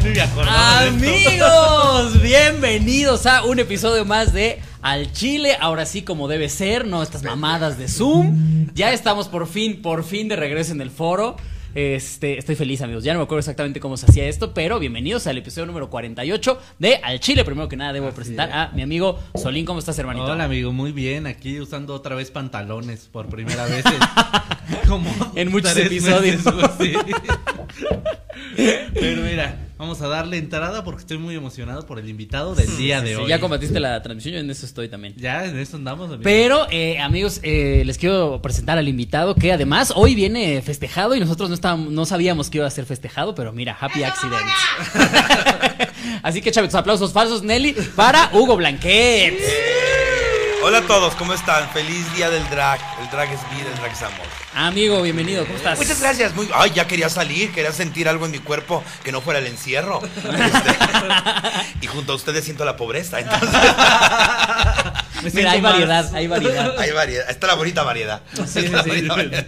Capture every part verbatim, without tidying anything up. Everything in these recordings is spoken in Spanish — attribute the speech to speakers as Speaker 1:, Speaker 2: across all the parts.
Speaker 1: ni me acordaba.
Speaker 2: Amigos, bienvenidos a un episodio más de Al Chile. Ahora sí, como debe ser, no estas mamadas de Zoom. Ya estamos por fin, por fin de regreso en el foro. Este, estoy feliz, amigos. Ya no me acuerdo exactamente cómo se hacía esto, pero bienvenidos al episodio número cuarenta y ocho de Al Chile. Primero que nada debo Así presentar es. a mi amigo Solín. ¿Cómo estás, hermanito?
Speaker 1: Hola, amigo, muy bien. Aquí usando otra vez pantalones por primera vez en, como
Speaker 2: en muchos episodios.
Speaker 1: Meses, sí. Pero mira, vamos a darle entrada porque estoy muy emocionado por el invitado del día de
Speaker 2: sí,
Speaker 1: hoy.
Speaker 2: Ya combatiste la transmisión, yo en eso estoy también.
Speaker 1: Ya, en eso andamos, amigo.
Speaker 2: Pero, eh, amigos, eh, les quiero presentar al invitado que además hoy viene festejado y nosotros no estábamos, no sabíamos que iba a ser festejado, pero mira, happy accident. Así que, chavitos, aplausos falsos, Nelly, para Hugo Blanquet.
Speaker 3: Hola a todos, ¿cómo están? Feliz día del drag. El drag es vida, el drag es amor.
Speaker 2: Amigo, bienvenido, ¿cómo estás?
Speaker 3: Muchas gracias. Muy... Ay, ya quería salir, quería sentir algo en mi cuerpo que no fuera el encierro. Este... y junto a ustedes siento la pobreza, entonces...
Speaker 2: Mira, hay variedad, más. hay variedad.
Speaker 3: Hay variedad, está la bonita variedad.
Speaker 2: Sí, sí, sí.
Speaker 3: variedad.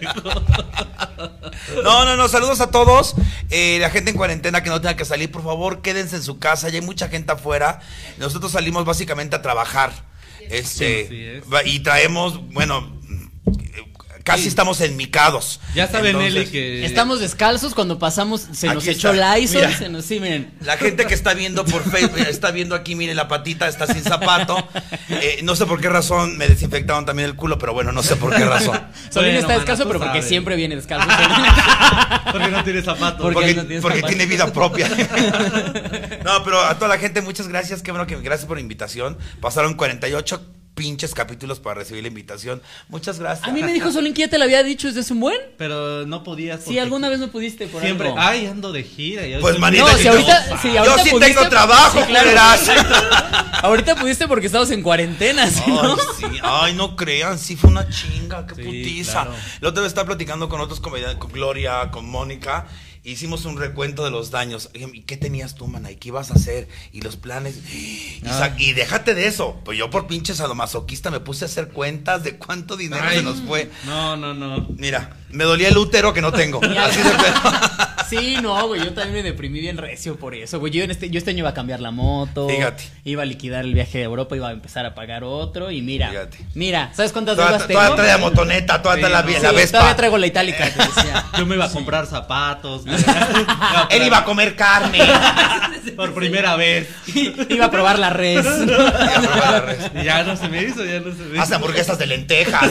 Speaker 3: No, no, no, saludos a todos. Eh, la gente en cuarentena que no tenga que salir, por favor, quédense en su casa. Ya hay mucha gente afuera. Nosotros salimos básicamente a trabajar. Este, sí, y traemos, bueno, casi sí. estamos enmicados.
Speaker 1: Ya saben, Entonces, Nelly, que
Speaker 2: estamos descalzos cuando pasamos, se nos echó Lysol, se nos, sí, miren.
Speaker 3: La gente que está viendo por Facebook, está viendo aquí, miren, la patita está sin zapato. Eh, no sé por qué razón me desinfectaron también el culo, pero bueno, no sé por qué razón.
Speaker 2: Solín
Speaker 1: bueno,
Speaker 2: está descalzo,
Speaker 1: mana,
Speaker 2: pero porque
Speaker 1: sabes.
Speaker 2: siempre viene descalzo.
Speaker 1: Porque no tiene zapatos.
Speaker 3: Porque, porque,
Speaker 2: no tiene,
Speaker 3: porque
Speaker 2: zapatos.
Speaker 3: tiene vida propia. No, pero a toda la gente, muchas gracias. Qué bueno que gracias por la invitación. Pasaron cuarenta y ocho pinches capítulos para recibir la invitación. Muchas gracias.
Speaker 2: A mí me dijo Solín que ya te lo había dicho desde hace un buen.
Speaker 1: Pero no podías.
Speaker 2: Sí, alguna vez no pudiste por
Speaker 1: siempre.
Speaker 2: algo.
Speaker 1: Ay, ando de gira. Y
Speaker 3: pues manita,
Speaker 2: no, si ahorita, no, si ahorita
Speaker 3: yo sí
Speaker 2: pudiste,
Speaker 3: tengo trabajo,
Speaker 2: sí, claro.
Speaker 3: Ahorita
Speaker 2: pudiste porque estábamos en cuarentena, ¿sí, no?
Speaker 3: Ay, sí. Ay, no crean, sí fue una chinga, qué
Speaker 1: sí,
Speaker 3: putiza.
Speaker 1: Claro.
Speaker 3: La otra vez estaba platicando con otros comediantes, con Gloria, con Mónica. Hicimos un recuento de los daños. ¿Y qué tenías tú, mana? ¿Y qué ibas a hacer? Y los planes. Y, sa- y déjate de eso. Pues yo por pinche sadomasoquista me puse a hacer cuentas de cuánto dinero
Speaker 1: Ay,
Speaker 3: se nos fue.
Speaker 1: No, no, no.
Speaker 3: Mira, me dolía el útero que no tengo. Así de pedo.
Speaker 2: Sí, no, güey, yo también me deprimí bien recio por eso, güey. Yo, en este, yo este año iba a cambiar la moto.
Speaker 3: Fíjate.
Speaker 2: Iba a liquidar el viaje de Europa, iba a empezar a pagar otro. Y mira,
Speaker 3: Fíjate.
Speaker 2: mira, ¿sabes cuántas
Speaker 3: Toda,
Speaker 2: deudas tengo?
Speaker 3: toda trae la motoneta, toda
Speaker 1: Sí,
Speaker 3: trae la,
Speaker 1: no.
Speaker 3: la
Speaker 2: Sí,
Speaker 3: Vespa.
Speaker 2: todavía traigo la itálica, te decía.
Speaker 1: Yo me iba a comprar zapatos.
Speaker 3: Él iba a comer carne.
Speaker 1: Por primera vez.
Speaker 2: Iba a probar la res.
Speaker 3: Iba a probar la res.
Speaker 1: Ya no se me hizo, ya no se me hizo.
Speaker 3: Haz hamburguesas de lentejas.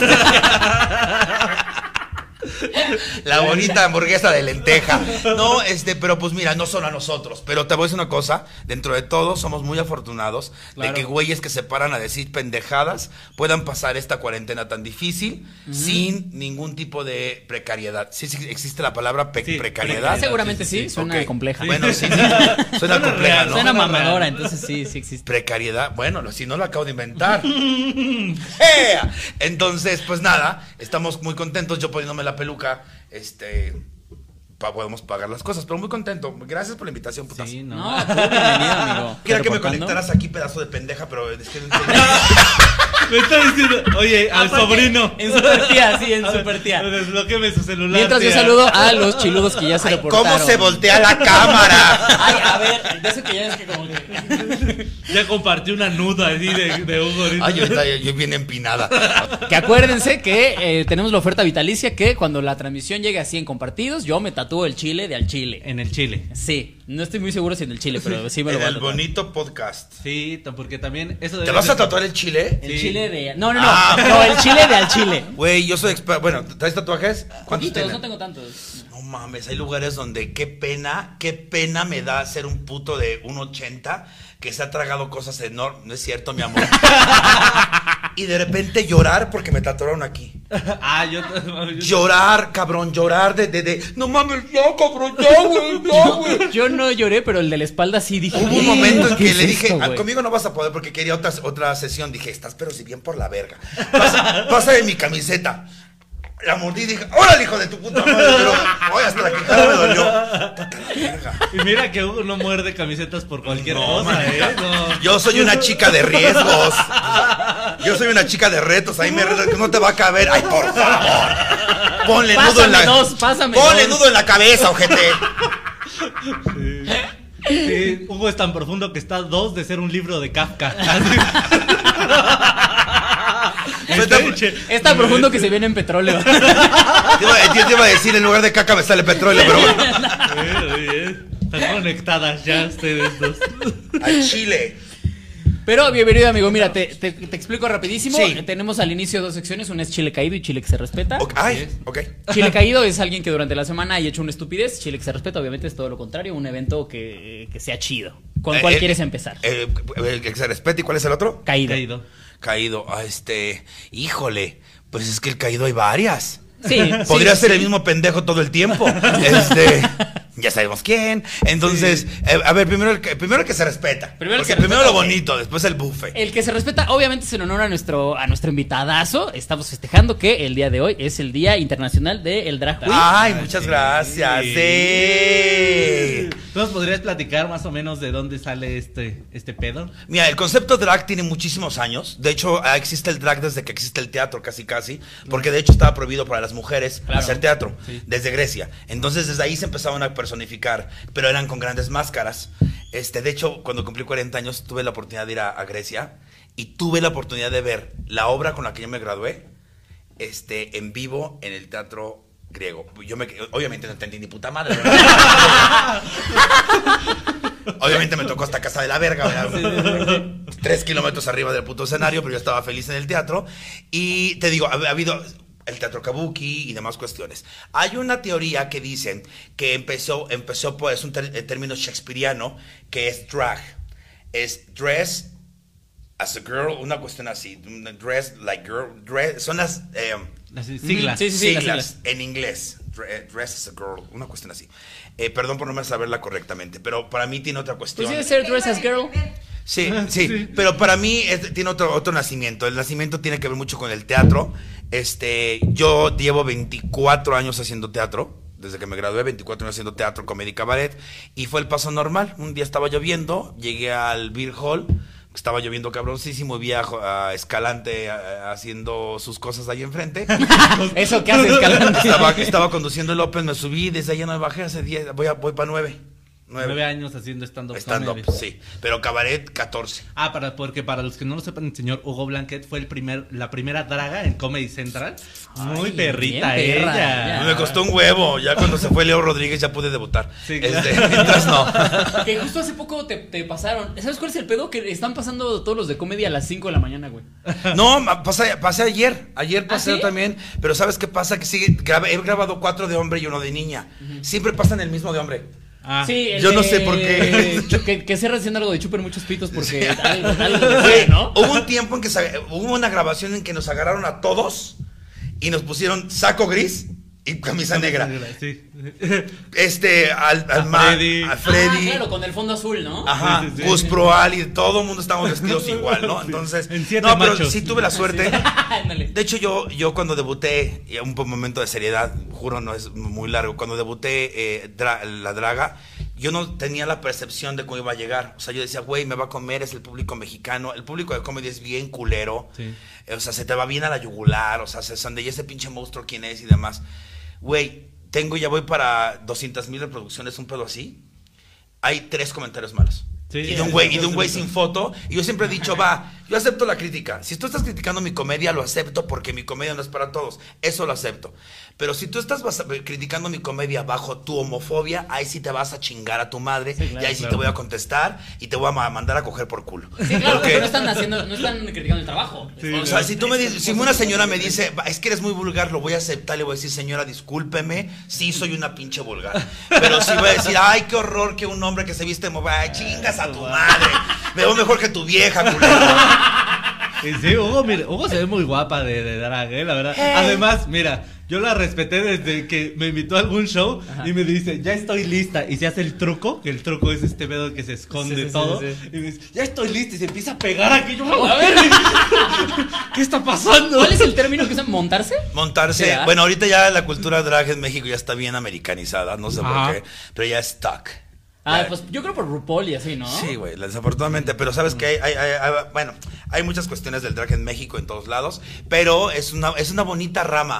Speaker 3: La bonita hamburguesa de lenteja. No, este, pero pues mira, no solo a nosotros. Pero te voy a decir una cosa. Dentro de todo, somos muy afortunados
Speaker 2: Claro.
Speaker 3: de que güeyes que se paran a decir pendejadas puedan pasar esta cuarentena tan difícil uh-huh. sin ningún tipo de precariedad. Sí, sí existe la palabra pe-
Speaker 1: sí,
Speaker 3: precariedad.
Speaker 2: Seguramente sí, suena
Speaker 3: Okay.
Speaker 2: compleja.
Speaker 1: Sí.
Speaker 3: Bueno, sí, sí, suena, suena compleja,
Speaker 1: real,
Speaker 3: ¿no?
Speaker 2: Suena
Speaker 1: Suena
Speaker 2: mamadora,
Speaker 1: real.
Speaker 2: entonces sí, sí existe.
Speaker 3: Precariedad, bueno, si no lo acabo de inventar. ¡Eh! Entonces, pues nada, estamos muy contentos, yo poniéndome la peluca, este, pa- podemos pagar las cosas, pero muy contento. Gracias por la invitación, putas.
Speaker 1: Sí, no.
Speaker 2: No, tú bienvenido, amigo.
Speaker 3: Quiero que me
Speaker 2: Reportando.
Speaker 3: conectaras aquí, pedazo de pendeja, pero es que no
Speaker 1: Me está diciendo, oye, al
Speaker 2: Aparte,
Speaker 1: sobrino.
Speaker 2: En super tía, sí, en super tía.
Speaker 1: Desbloquéme su celular.
Speaker 2: Mientras yo
Speaker 1: tía.
Speaker 2: saludo a los chiludos que ya se
Speaker 3: Ay,
Speaker 2: reportaron.
Speaker 3: ¿cómo se voltea la cámara?
Speaker 2: Ay, a ver, de eso que ya es que como que...
Speaker 1: Ya compartí una nuda así de, de Hugo ahorita.
Speaker 3: Ay, yo, yo, yo bien empinada.
Speaker 2: Que acuérdense que eh, tenemos la oferta vitalicia que cuando la transmisión llegue a cien compartidos, yo me tatúo el chile de al chile.
Speaker 1: En el Chile.
Speaker 2: Sí, no estoy muy seguro si en el chile, pero sí me lo
Speaker 3: En
Speaker 2: voy a
Speaker 3: el
Speaker 2: tatuar.
Speaker 3: bonito podcast.
Speaker 1: Sí, t- porque también eso
Speaker 3: ¿Te
Speaker 1: debe
Speaker 3: vas
Speaker 1: ser-
Speaker 3: a tatuar el chile?
Speaker 2: El
Speaker 1: Sí.
Speaker 2: chile de... No, no, no,
Speaker 3: Ah.
Speaker 2: no, el chile de al chile.
Speaker 3: Güey, yo soy experto. Bueno, ¿traes tatuajes? ¿Cuántos
Speaker 2: Poquitos,
Speaker 3: tienes?
Speaker 2: no tengo tantos.
Speaker 3: No mames, hay lugares donde qué pena, qué pena me da ser un puto de uno ochenta que se ha tragado cosas enormes. No es cierto, mi amor. Y de repente llorar porque me tatuaron aquí.
Speaker 1: Ah, yo, yo
Speaker 3: Llorar, cabrón, llorar de, de, de no mames, ya, cabrón, ya, güey, ya, güey.
Speaker 2: Yo no lloré, pero el de la espalda sí dije.
Speaker 3: Hubo un
Speaker 2: "¿Qué?
Speaker 3: momento en
Speaker 2: ¿Qué
Speaker 3: que
Speaker 2: es
Speaker 3: le dije,
Speaker 2: esto,
Speaker 3: "Ah,
Speaker 2: güey?"
Speaker 3: conmigo no vas a poder porque quería otra, otra sesión. Dije, estás pero si bien por la verga. Pasa, pasa de mi camiseta. La mordí y dije, ¡órale, hijo de tu puta madre! Pero, oye, hasta la quijada me dolió. Puta la verga.
Speaker 1: Y mira que Hugo no muerde camisetas por cualquier
Speaker 3: No,
Speaker 1: cosa,
Speaker 3: manita.
Speaker 1: ¿eh? No.
Speaker 3: Yo soy una chica de riesgos. Yo soy una chica de retos. Ahí me reto que no te va a caber. ¡Ay, por favor! Ponle nudo en la.
Speaker 2: Pásame dos, pásame
Speaker 3: Ponle
Speaker 2: dos.
Speaker 3: nudo en la cabeza, ojete.
Speaker 1: Sí. Sí, Hugo es tan profundo que está a dos de ser un libro de Kafka.
Speaker 2: Es tan profundo que se viene en petróleo.
Speaker 3: Te iba, te iba a decir, en lugar de caca me sale petróleo, pero bueno.
Speaker 1: Bien, bien. Están conectadas ya ustedes dos.
Speaker 3: Al chile.
Speaker 2: Pero bienvenido, amigo. Mira, te, te, te explico rapidísimo.
Speaker 3: Sí.
Speaker 2: Tenemos al inicio dos secciones. Una es Chile Caído y Chile que se respeta.
Speaker 3: Okay. Ay, ok.
Speaker 2: Chile Caído es alguien que durante la semana haya hecho una estupidez. Chile que se respeta, obviamente, es todo lo contrario. Un evento que, que sea chido. ¿Con cuál
Speaker 3: Eh,
Speaker 2: quieres
Speaker 3: eh,
Speaker 2: empezar?
Speaker 3: Eh, el que se respete. ¿Y cuál es el otro?
Speaker 2: Caído.
Speaker 1: Caído.
Speaker 3: Caído. Ah, este. Híjole. Pues es que el caído hay varias.
Speaker 2: Sí.
Speaker 3: Podría
Speaker 2: sí,
Speaker 3: ser
Speaker 2: sí.
Speaker 3: el mismo pendejo todo el tiempo. Este. Ya sabemos quién. Entonces, sí. eh, a ver, primero el, que, primero el que se respeta.
Speaker 2: Primero,
Speaker 3: porque
Speaker 2: se
Speaker 3: primero
Speaker 2: respeta,
Speaker 3: lo
Speaker 2: ok.
Speaker 3: bonito, después el buffet.
Speaker 2: El que se respeta, obviamente, es en honor a nuestro, a nuestro invitadazo. Estamos festejando que el día de hoy es el Día Internacional del Drag Queen.
Speaker 3: Ay, muchas gracias. Sí.
Speaker 1: ¿Tú nos podrías platicar más o menos de dónde sale este, este pedo?
Speaker 3: Mira, el concepto drag tiene muchísimos años. De hecho, ah, existe el drag desde que existe el teatro, casi casi. Porque de hecho estaba prohibido para las mujeres
Speaker 2: Claro.
Speaker 3: hacer teatro,
Speaker 1: Sí.
Speaker 3: desde Grecia. Entonces, desde ahí se empezaban a personificar, pero eran con grandes máscaras. Este, de hecho, cuando cumplí cuarenta años, tuve la oportunidad de ir a, a Grecia y tuve la oportunidad de ver la obra con la que yo me gradué, este, en vivo en el teatro griego. Yo me, obviamente no entendí ni puta madre, ¿verdad? Obviamente me tocó hasta casa de la verga, ¿verdad? Tres kilómetros arriba del puto escenario, pero yo estaba feliz en el teatro. Y te digo, ha, ha habido el teatro kabuki y demás cuestiones. Hay una teoría que dicen que empezó, empezó pues, es un ter, término shakespeariano, que es drag. Es dress as a girl, una cuestión así. Dress like girl, dress, son las eh,
Speaker 1: Las siglas.
Speaker 2: Sí, sí, sí, las
Speaker 3: siglas
Speaker 2: siglas.
Speaker 3: en inglés. Dress as a girl, una cuestión así. Eh, perdón por no saberla correctamente, pero para mí tiene otra cuestión.
Speaker 2: Pues debe ser Dress as Girl.
Speaker 3: Sí, sí, sí, pero para mí es, tiene otro, otro nacimiento. El nacimiento tiene que ver mucho con el teatro. Este, yo llevo veinticuatro años haciendo teatro. Desde que me gradué, veinticuatro años haciendo teatro, comedia y cabaret. Y fue el paso normal. Un día estaba lloviendo, llegué al Beer Hall. Estaba lloviendo cabroncísimo, vi a, a Escalante a, a, haciendo sus cosas ahí enfrente.
Speaker 2: Eso que hace Escalante.
Speaker 3: Estaba, estaba conduciendo el Open, me subí, desde ahí ya no me bajé, hace diez, voy, a, voy para nueve.
Speaker 1: Nueve.
Speaker 3: Nueve.
Speaker 1: años haciendo stand-up
Speaker 3: Stand-up,
Speaker 1: comedy.
Speaker 3: sí. Pero cabaret, catorce.
Speaker 1: Ah, para, porque para los que no lo sepan, el señor Hugo Blanquet fue el primer, la primera draga en Comedy Central. Muy
Speaker 2: Ay,
Speaker 1: perrita
Speaker 2: bien perra,
Speaker 1: ella.
Speaker 2: ya.
Speaker 3: Me costó un huevo. Ya cuando se fue Leo Rodríguez ya pude debutar.
Speaker 1: Sí,
Speaker 3: Este,
Speaker 1: claro.
Speaker 3: mientras no.
Speaker 2: Que justo hace poco te, te pasaron. ¿Sabes cuál es el pedo? Que están pasando todos los de comedia a las cinco de la mañana, güey.
Speaker 3: No, pasé, pasé ayer. Ayer pasé
Speaker 2: ¿Ah, sí?
Speaker 3: también. Pero ¿sabes qué pasa? Que sigue, grabé, he grabado cuatro de hombre y uno de niña. Uh-huh. Siempre pasan el mismo de hombre.
Speaker 1: Ah.
Speaker 2: Sí, el
Speaker 3: Yo no
Speaker 2: de-
Speaker 3: sé por qué.
Speaker 2: Que, que Serra haciendo algo de chupen muchos pitos porque
Speaker 3: Sí.
Speaker 2: algo, algo de
Speaker 3: Güey,
Speaker 2: ¿no?
Speaker 3: hubo un tiempo en que se- hubo una grabación en que nos agarraron a todos y nos pusieron saco gris y camisa negra.
Speaker 1: Sí.
Speaker 3: Este, al, al
Speaker 1: A
Speaker 3: Ma-
Speaker 1: Freddy.
Speaker 3: a Freddy.
Speaker 2: Ah, claro, con el fondo azul, ¿no?
Speaker 3: Ajá,
Speaker 1: Sí, sí, sí.
Speaker 3: Gus Proal y todo el mundo estábamos vestidos igual, ¿no? Entonces,
Speaker 1: En siete
Speaker 3: no, pero
Speaker 1: machos.
Speaker 3: sí tuve la suerte.
Speaker 2: Ándale.
Speaker 3: De hecho, yo, yo cuando debuté, y un po- momento de seriedad, juro, no es muy largo, cuando debuté eh, dra- la draga, yo no tenía la percepción de cómo iba a llegar. O sea, yo decía, güey, me va a comer, es el público mexicano. El público de comedia es bien culero.
Speaker 1: Sí.
Speaker 3: Eh, o sea, se te va bien a la yugular, o sea, se sonde, y ese pinche monstruo quién es y demás. Güey, tengo, ya voy para doscientas mil reproducciones, un pedo así. Hay tres comentarios malos.
Speaker 1: Sí,
Speaker 3: y de un
Speaker 1: sí,
Speaker 3: güey,
Speaker 1: sí,
Speaker 3: y de un
Speaker 1: sí,
Speaker 3: güey
Speaker 1: sí.
Speaker 3: sin foto. Y yo siempre he dicho, va, yo acepto la crítica. Si tú estás criticando mi comedia, lo acepto porque mi comedia no es para todos. Eso lo acepto. Pero si tú estás basa- criticando mi comedia bajo tu homofobia, ahí sí te vas a chingar a tu madre.
Speaker 2: Sí, claro,
Speaker 3: y ahí sí
Speaker 1: claro.
Speaker 3: te voy a contestar y te voy a ma- mandar a coger por culo.
Speaker 2: Sí, claro,
Speaker 3: Porque-
Speaker 2: porque no están haciendo, no están criticando el trabajo.
Speaker 1: Sí,
Speaker 3: o sea, si tú me dices, si una señora me dice, "Va, es que eres muy vulgar", lo voy a aceptar, le voy a decir, señora, discúlpeme, sí soy una pinche vulgar. Pero si voy a decir, ay, qué horror que un hombre que se viste, mo- ay, chingas a tu madre, me veo mejor que tu vieja, culero.
Speaker 1: Y sí, Hugo, mira, Hugo se ve muy guapa de, de drag, ¿eh? La verdad. Además, mira, yo la respeté desde que me invitó a algún show. Ajá. Y me dice, ya estoy lista. Y se hace el truco, que el truco es este pedo que se esconde
Speaker 2: Sí, sí,
Speaker 1: todo.
Speaker 2: sí, sí.
Speaker 1: Y me dice, ya estoy lista. Y se empieza a pegar aquí. Yo, a ver, ¿qué está pasando?
Speaker 2: ¿Cuál es el término que usan? ¿Montarse?
Speaker 3: Montarse.
Speaker 2: ¿Será?
Speaker 3: Bueno, ahorita ya la cultura drag en México ya está bien americanizada, no sé
Speaker 1: Ajá.
Speaker 3: por qué, pero ya es stuck.
Speaker 2: Ah,
Speaker 3: Ya-
Speaker 2: pues yo creo por RuPaul y así, ¿no?
Speaker 3: Sí, güey, desafortunadamente, pero sabes que hay, hay, hay- hay- bueno, hay muchas cuestiones del drag en México en todos lados, pero es una, es una bonita rama.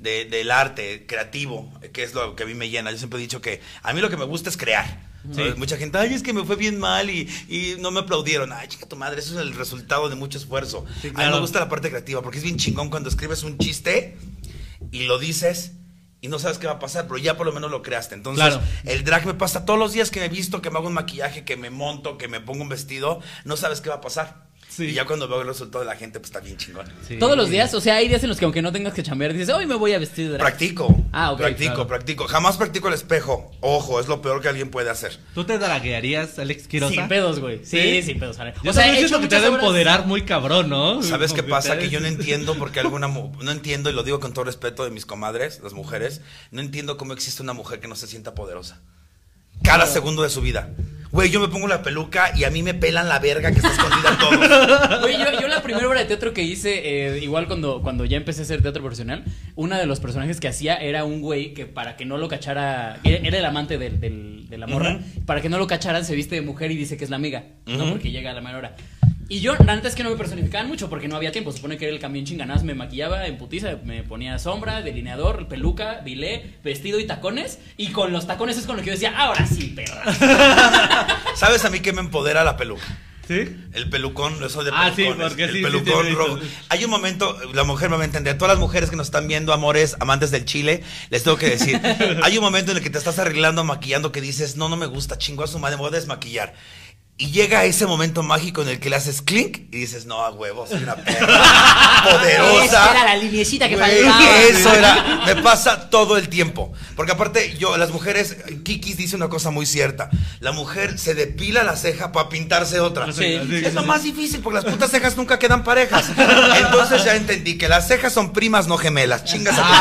Speaker 3: de, del arte creativo, que es lo que a mí me llena. Yo siempre he dicho que a mí lo que me gusta es crear. Sí. Mucha gente, ay, es que me fue bien mal y, y no me aplaudieron. Ay, chica tu madre, eso es el resultado de mucho esfuerzo. Sí, claro. A mí me gusta la parte creativa porque es bien chingón cuando escribes un chiste y lo dices y no sabes qué va a pasar, pero ya por lo menos lo creaste. Entonces, claro. El drag me pasa todos los días que me he visto, que me hago un maquillaje, que me monto, que me pongo un vestido, no sabes qué va a pasar. Sí. Y ya cuando veo el resultado de la gente, pues está bien chingón.
Speaker 2: Sí. Todos los días, o sea, hay días en los que aunque no tengas que chambear, dices, hoy me voy a vestir de drag.
Speaker 3: Practico.
Speaker 2: Ah, ok.
Speaker 3: Practico,
Speaker 2: claro.
Speaker 3: practico. Jamás practico el espejo. Ojo, es lo peor que alguien puede hacer.
Speaker 1: ¿Tú te draguearías, Alex Quiroz?
Speaker 2: Sin pedos, güey. Sí, sí, sin pedos. Alex.
Speaker 1: Yo o sea, he hecho que te ha de empoderar muy cabrón, ¿no?
Speaker 3: ¿Sabes qué pasa? Que yo no entiendo porque alguna... No entiendo, y lo digo con todo respeto de mis comadres, las mujeres, no entiendo cómo existe una mujer que no se sienta poderosa. Cada no. segundo de su vida. Güey, yo me pongo la peluca y a mí me pelan la verga que está escondida en todos.
Speaker 2: Güey, yo, yo la primera obra de teatro que hice, eh, igual cuando, cuando ya empecé a hacer teatro profesional, uno de los personajes que hacía era un güey que para que no lo cachara, era el amante del, del, de la morra, uh-huh. Para que no lo cacharan se viste de mujer y dice que es la amiga, uh-huh. ¿No? Porque llega a la mera hora. Y yo, la neta es que no me personificaban mucho porque no había tiempo. Se supone que era el camión chinganaz, me maquillaba en putiza, me ponía sombra, delineador, peluca, bilé, vestido y tacones. Y con los tacones es con lo que yo decía, ahora sí, perra.
Speaker 3: ¿Sabes a mí qué me empodera la peluca?
Speaker 1: ¿Sí?
Speaker 3: El pelucón, eso de
Speaker 1: ah,
Speaker 3: pelucones.
Speaker 1: Sí, porque
Speaker 3: el
Speaker 1: sí,
Speaker 3: pelucón
Speaker 1: sí, sí,
Speaker 3: rojo. Sí. Hay un momento, la mujer me va a entender. Todas las mujeres que nos están viendo, amores, amantes del chile, les tengo que decir. Hay un momento en el que te estás arreglando, maquillando, que dices, no, no me gusta, chingo a su madre, me voy a desmaquillar. Y llega ese momento mágico en el que le haces clink y dices, no, a huevo, soy una perra poderosa.
Speaker 2: Esa era la linecita que
Speaker 3: Güey,
Speaker 2: faltaba.
Speaker 3: Eso era, me pasa todo el tiempo. Porque aparte, yo, las mujeres, Kikis dice una cosa muy cierta. La mujer se depila la ceja para pintarse otra.
Speaker 2: Sí, sí,
Speaker 3: es
Speaker 2: sí,
Speaker 3: lo
Speaker 2: sí.
Speaker 3: más difícil porque las putas cejas nunca quedan parejas. Entonces ya entendí que las cejas son primas, no gemelas. Chingas a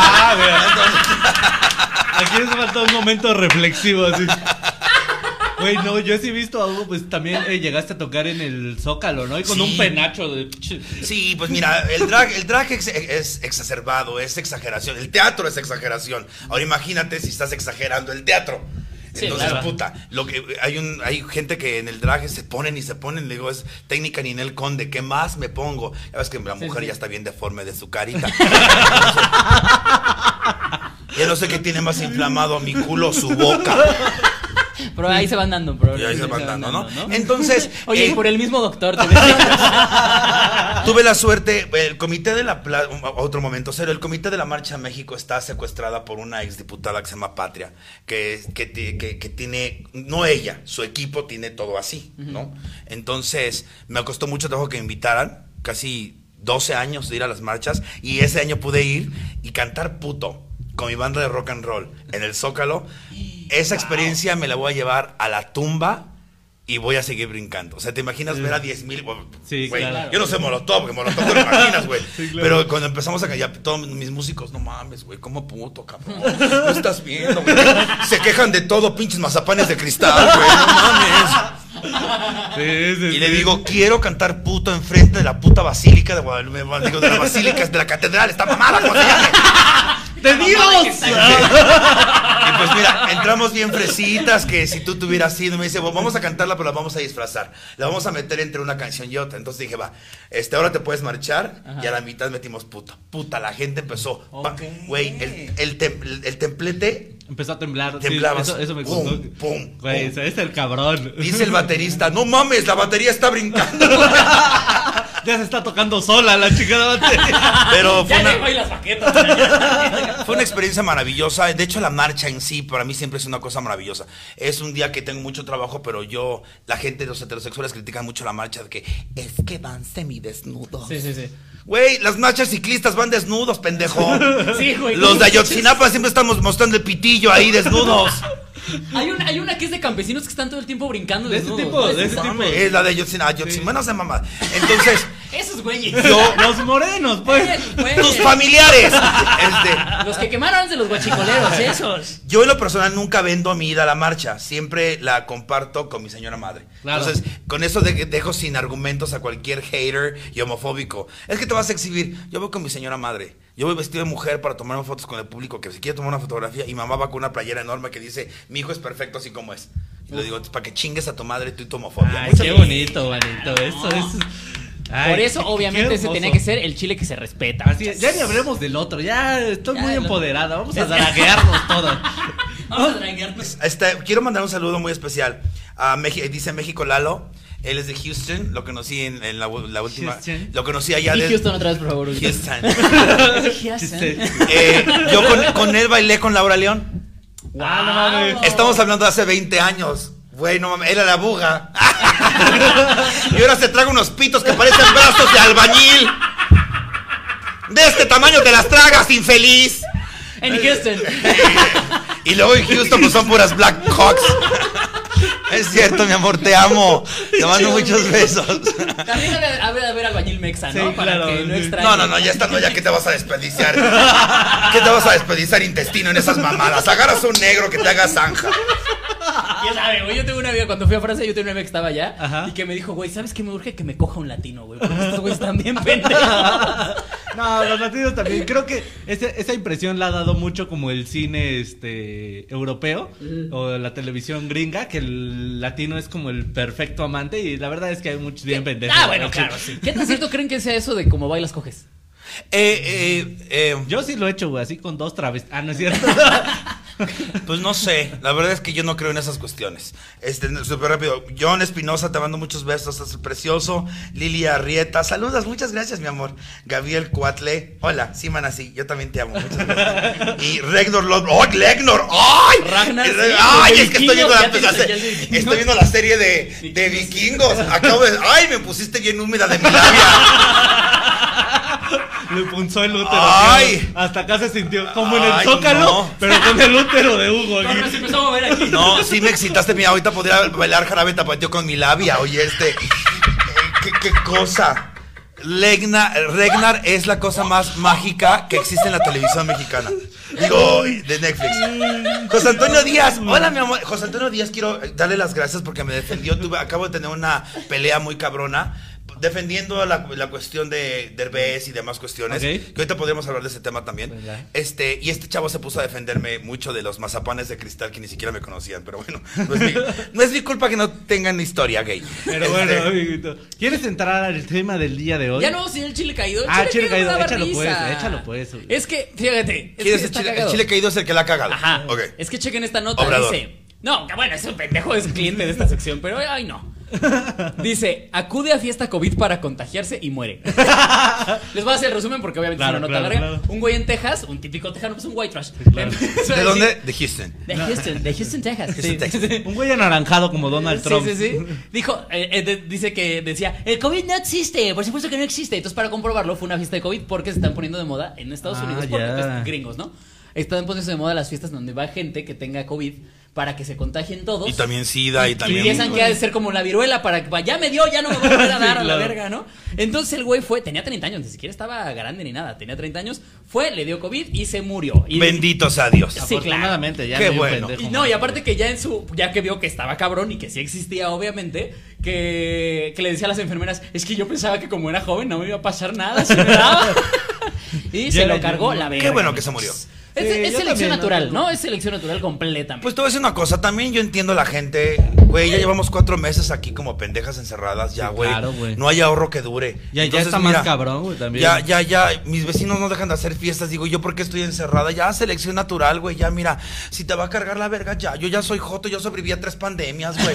Speaker 1: Ah, Entonces... Aquí nos falta un momento reflexivo así. Güey, no, yo sí he visto algo, pues también eh, llegaste a tocar en el Zócalo, ¿no? Y con sí. un penacho de...
Speaker 3: Sí, pues mira, el drag, el drag es, es exacerbado, es exageración, el teatro es exageración. Ahora imagínate si estás exagerando el teatro.
Speaker 2: Sí,
Speaker 3: entonces,
Speaker 2: claro.
Speaker 3: puta, lo que hay un hay gente que en el drag se ponen y se ponen, le digo, es técnica Ninel Conde, ¿qué más me pongo? Ya ves que la mujer sí, sí. ya está bien deforme de su carita. Ya no sé qué tiene más inflamado, mi culo o su boca.
Speaker 2: Pero ahí se van dando, bro.
Speaker 3: Y ahí se van dando, ¿no? ¿no? Entonces...
Speaker 2: Oye,
Speaker 3: eh,
Speaker 2: por el mismo doctor. Te decía.
Speaker 3: Tuve la suerte, el comité de la... Pla- otro momento, cero, el comité de la Marcha México está secuestrada por una exdiputada que se llama Patria, que, que, que, que tiene... No ella, su equipo tiene todo así, ¿no? Uh-huh. Entonces, me costó mucho trabajo que me invitaran, casi doce años de ir a las marchas, y ese año pude ir y cantar puto con mi banda de rock and roll en el Zócalo. Esa experiencia me la voy a llevar a la tumba y voy a seguir brincando. O sea, ¿te imaginas sí. ver a diez mil?
Speaker 1: Sí, claro.
Speaker 3: Yo no sé Molotov, porque Molotov te lo imaginas, güey. Sí, claro. Pero cuando empezamos a callar, todos mis músicos, no mames, güey, ¿cómo puto, cabrón? No estás viendo, güey. Se quejan de todo, pinches mazapanes de cristal, güey, no mames. Sí, sí, y le digo, quiero cantar puto enfrente de la puta basílica de Guadalupe. Digo, de la basílica, de la catedral, está mamada, ¿cómo se llama?
Speaker 1: ¡De Dios!
Speaker 3: Sí. Y pues mira, entramos bien fresitas, que si tú tuvieras ido, me dice, bueno, vamos a cantarla, pero la vamos a disfrazar. La vamos a meter entre una canción y otra. Entonces dije, va, este, ahora te puedes marchar. Ajá. Y a la mitad metimos puto. Puta, la gente empezó. Güey, okay. el, el, tem, el, el templete...
Speaker 1: Empezó a temblar.
Speaker 3: Temblaba.
Speaker 1: Sí, eso, eso me
Speaker 3: pum,
Speaker 1: gustó.
Speaker 3: Pum,
Speaker 1: Güey, ese es el cabrón.
Speaker 3: Dice el baterista, no mames, la batería está brincando.
Speaker 1: Ya se está tocando sola la chica de batería.
Speaker 3: Pero fue
Speaker 2: ya
Speaker 3: una,
Speaker 2: llegó y las baquetas.
Speaker 3: Fue una experiencia maravillosa. De hecho, la marcha en sí, para mí siempre es una cosa maravillosa. Es un día que tengo mucho trabajo, pero yo, la gente, los heterosexuales critican mucho la marcha, de que es que van semidesnudos.
Speaker 2: Sí, sí, sí.
Speaker 3: Güey, las marchas ciclistas van desnudos, pendejo.
Speaker 2: Sí, güey.
Speaker 3: Los de Ayotzinapa siempre estamos mostrando el pitillo ahí desnudos.
Speaker 2: Hay una, hay una que es de campesinos que están todo el tiempo brincando
Speaker 1: de
Speaker 2: desnudos.
Speaker 1: ese tipo,
Speaker 2: ¿no?
Speaker 1: de ese tipo.
Speaker 3: Es la de Ayotzinapa, Ayotzinapa, no sé, mamá. Entonces,
Speaker 2: esos güeyes.
Speaker 3: Yo,
Speaker 1: los morenos, pues.
Speaker 2: pues.
Speaker 3: Tus familiares. Este,
Speaker 2: los que quemaron de los guachicoleros, esos.
Speaker 3: Yo en lo personal nunca vendo mi ida a la marcha. Siempre la comparto con mi señora madre. Claro. Entonces, con eso de, dejo sin argumentos a cualquier hater y homofóbico. Es que te vas a exhibir. Yo voy con mi señora madre. Yo voy vestido de mujer para tomar fotos con el público, que si quiere tomar una fotografía, y mamá va con una playera enorme que dice, mi hijo es perfecto así como es. Y le digo, para que chingues a tu madre tú y tu homofobia.
Speaker 1: Ay, qué bonito, bonito. Eso es... Ay,
Speaker 2: Por eso,
Speaker 1: qué-
Speaker 2: obviamente,
Speaker 1: qué
Speaker 2: ese
Speaker 1: hermoso.
Speaker 2: tenía que ser el chile que se respeta.
Speaker 1: Así es, ya ni hablemos del otro, ya estoy
Speaker 2: Ya,
Speaker 1: muy
Speaker 2: lo-
Speaker 1: empoderada, vamos a
Speaker 2: Es-
Speaker 1: draguearnos todos.
Speaker 2: Vamos a draguearnos.
Speaker 3: Este, quiero mandar un saludo muy especial a México, dice México Lalo. Él es de Houston, lo conocí en, en la, la última.
Speaker 1: Houston.
Speaker 3: Lo conocí allá
Speaker 2: Y
Speaker 3: de
Speaker 2: Houston otra vez, por favor. Huguito.
Speaker 3: Houston.
Speaker 2: Houston.
Speaker 3: Eh, yo con, con él bailé con Laura León.
Speaker 1: Ah, no mames.
Speaker 3: Estamos hablando de hace veinte años. Güey, no mames, era la buga. Y ahora se traga unos pitos que parecen brazos de albañil. De este tamaño te las tragas, infeliz.
Speaker 2: En Houston.
Speaker 3: Y luego en Houston pues son puras Black Hawks. Es cierto, mi amor, te amo. Te mando muchos besos.
Speaker 2: También debe haber, haber albañil mexa, ¿no?
Speaker 1: Sí,
Speaker 2: Para
Speaker 1: claro,
Speaker 2: que no
Speaker 1: sí.
Speaker 2: extrañe.
Speaker 3: No, no, no, ya estando ya que te vas a desperdiciar. ¿Qué te vas a desperdiciar intestino en esas mamadas? Agarras un negro que te haga zanja.
Speaker 2: Ya sabe, güey, yo tengo una amiga, cuando fui a Francia, yo tenía una amiga que estaba allá.
Speaker 1: Ajá.
Speaker 2: Y que me dijo, güey, ¿sabes qué me urge? Que me coja un latino, güey. Porque estos güeyes están bien pendejos.
Speaker 1: No, los latinos también. Creo que ese- esa impresión la ha dado mucho como el cine este europeo o la televisión gringa, que el latino es como el perfecto amante y la verdad es que hay muchos bien pendejos.
Speaker 2: Ah, bueno, claro, sí. ¿Qué tan cierto creen que sea eso de cómo bailas coges?
Speaker 3: Eh, eh, eh,
Speaker 1: Yo sí lo he hecho, güey, así con dos travestis. Ah, no es cierto.
Speaker 3: Pues no sé, la verdad es que yo no creo en esas cuestiones. Este, súper rápido. John Espinosa, te mando muchos besos, es precioso. Lilia Arrieta, saludos, muchas gracias, mi amor. Gabriel Cuatle, hola, sí, man, así, yo también te amo, muchas gracias. Y Regnor Lod, ¡oh, Legnor! ¡Ay!
Speaker 2: Ragnar, sí,
Speaker 3: ¡Ay!
Speaker 2: de
Speaker 3: Es que estoy viendo,
Speaker 2: vikingos,
Speaker 3: la,
Speaker 2: ya tienes
Speaker 3: la-
Speaker 2: aquí al de vikingos.
Speaker 3: estoy viendo la serie de, de vikingos. Acabo de. ¡Ay! Me pusiste bien húmeda de mi labia.
Speaker 1: Le punzó el útero.
Speaker 3: Ay.
Speaker 1: tío. Hasta acá se sintió como en el
Speaker 3: Ay,
Speaker 1: Zócalo,
Speaker 3: no.
Speaker 1: pero con el útero de Hugo
Speaker 2: No, pero
Speaker 1: aquí.
Speaker 2: se empezó a mover aquí.
Speaker 3: No, sí me excitaste, mira, ahorita podría bailar jarabe tapatío con mi labia, oye, este, eh, qué, qué cosa. Legna, Regnar es la cosa más mágica que existe en la televisión mexicana. Digo, de Netflix. José Antonio Díaz, hola mi amor. José Antonio Díaz, quiero darle las gracias porque me defendió. Tuve, acabo de tener una pelea muy cabrona defendiendo la, la cuestión de Derbez y demás cuestiones.
Speaker 1: Ok.
Speaker 3: Que ahorita podríamos hablar de ese tema también.
Speaker 1: Venga.
Speaker 3: Este, y este chavo se puso a defenderme mucho de los mazapanes de cristal que ni siquiera me conocían. Pero bueno, no es mi, no es mi culpa que no tengan historia gay.
Speaker 1: Pero
Speaker 3: Este,
Speaker 1: bueno, amiguito. ¿Quieres entrar al tema del día de hoy?
Speaker 2: Ya no vamos a ir al chile caído. El
Speaker 1: Ah, chile
Speaker 2: caído me
Speaker 1: caído,
Speaker 2: daba
Speaker 1: échalo
Speaker 2: risa.
Speaker 1: pues, échalo pues.
Speaker 2: Es que, fíjate. Es
Speaker 3: ¿quién es
Speaker 2: que
Speaker 3: el,
Speaker 2: está
Speaker 3: chile, el
Speaker 2: cagado.
Speaker 3: chile caído? Es el que la ha cagado.
Speaker 2: Ajá.
Speaker 3: Ok.
Speaker 2: Es que chequen esta nota.
Speaker 3: Obrador.
Speaker 2: Dice. No, que bueno, ese pendejo es cliente de esta sección, pero ay no. Dice, acude a fiesta COVID para contagiarse y muere. Les voy a hacer el resumen porque obviamente
Speaker 1: Claro,
Speaker 2: es una nota
Speaker 1: claro,
Speaker 2: larga.
Speaker 1: claro.
Speaker 2: Un güey en Texas, un típico tejano, pues un white trash.
Speaker 1: claro.
Speaker 2: Empezó a
Speaker 3: ¿De
Speaker 2: decir-
Speaker 3: dónde? De Houston.
Speaker 2: De Houston, de Houston, Texas.
Speaker 3: Houston,
Speaker 2: Sí.
Speaker 3: Texas.
Speaker 1: Un güey anaranjado como Donald Trump.
Speaker 2: Sí, sí, sí. Dijo, eh, eh, de- dice que decía, el COVID no existe, por supuesto que no existe. Entonces, para comprobarlo, fue una fiesta de COVID porque se están poniendo de moda en Estados
Speaker 1: Ah,
Speaker 2: Unidos, porque
Speaker 1: ya.
Speaker 2: pues, gringos, ¿no? Están poniéndose de moda las fiestas donde va gente que tenga COVID para que se contagien todos.
Speaker 3: Y también SIDA y
Speaker 2: Y
Speaker 3: también.
Speaker 2: piensan que ha de ser como la viruela para que ya me dio, ya no me voy a volver a dar
Speaker 1: Sí,
Speaker 2: a la
Speaker 1: claro.
Speaker 2: verga, ¿no? Entonces el güey fue, tenía treinta años, ni siquiera estaba grande ni nada, tenía treinta años, fue, le dio COVID y se murió. Y
Speaker 3: Bendito sea Dios.
Speaker 2: Sí,
Speaker 1: Afortunadamente, ya
Speaker 3: Qué
Speaker 1: no hay un
Speaker 3: bueno.
Speaker 1: pendejo
Speaker 2: y no,
Speaker 1: más,
Speaker 2: y aparte que ya en su, ya que vio que estaba cabrón y que sí existía, obviamente, que, que le decía a las enfermeras, es que yo pensaba que como era joven no me iba a pasar nada, si me daba. Y
Speaker 1: Ya
Speaker 2: se lo
Speaker 1: era-
Speaker 2: cargó la verga.
Speaker 3: Qué bueno que se murió.
Speaker 2: Es,
Speaker 1: Sí,
Speaker 2: es
Speaker 1: yo
Speaker 2: selección
Speaker 1: también,
Speaker 2: natural,
Speaker 1: ¿no?
Speaker 2: ¿no? Es selección natural completamente.
Speaker 3: Pues te voy a decir una cosa, también yo entiendo a la gente, güey, ya llevamos cuatro meses aquí como pendejas encerradas, ya,
Speaker 1: Sí,
Speaker 3: güey.
Speaker 1: claro, güey.
Speaker 3: No hay ahorro que dure.
Speaker 1: Ya, ya
Speaker 3: Entonces,
Speaker 1: está
Speaker 3: mira,
Speaker 1: más cabrón, güey, también.
Speaker 3: Ya, ya, ya, mis vecinos no dejan de hacer fiestas, digo, ¿yo por qué estoy encerrada? Ya, selección natural, güey, ya, mira, si te va a cargar la verga, ya, yo ya soy joto, yo sobreviví a tres pandemias, güey.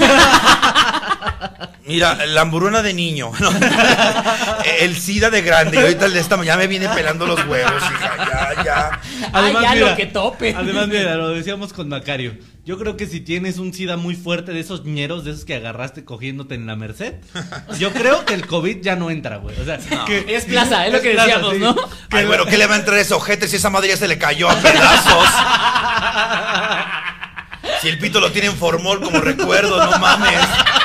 Speaker 3: Mira, la hambruna de niño, ¿no? El SIDA de grande, y ahorita el de esta ya me viene pelando los huevos, hija, ya, ya.
Speaker 2: Ah, ya lo que tope.
Speaker 1: Además, mira, lo decíamos con Macario. Yo creo que si tienes un SIDA muy fuerte de esos ñeros, de esos que agarraste cogiéndote en la Merced, yo creo que el COVID ya no entra, güey. O sea, que
Speaker 2: Es plaza, es lo que
Speaker 1: plaza,
Speaker 2: decíamos,
Speaker 1: sí.
Speaker 2: ¿no?
Speaker 1: Que
Speaker 3: Ay,
Speaker 1: la-
Speaker 3: bueno, ¿qué le va a entrar ese ojete si esa madre ya se le cayó a pedazos? Si el pito lo tiene en formol como recuerdo, no mames.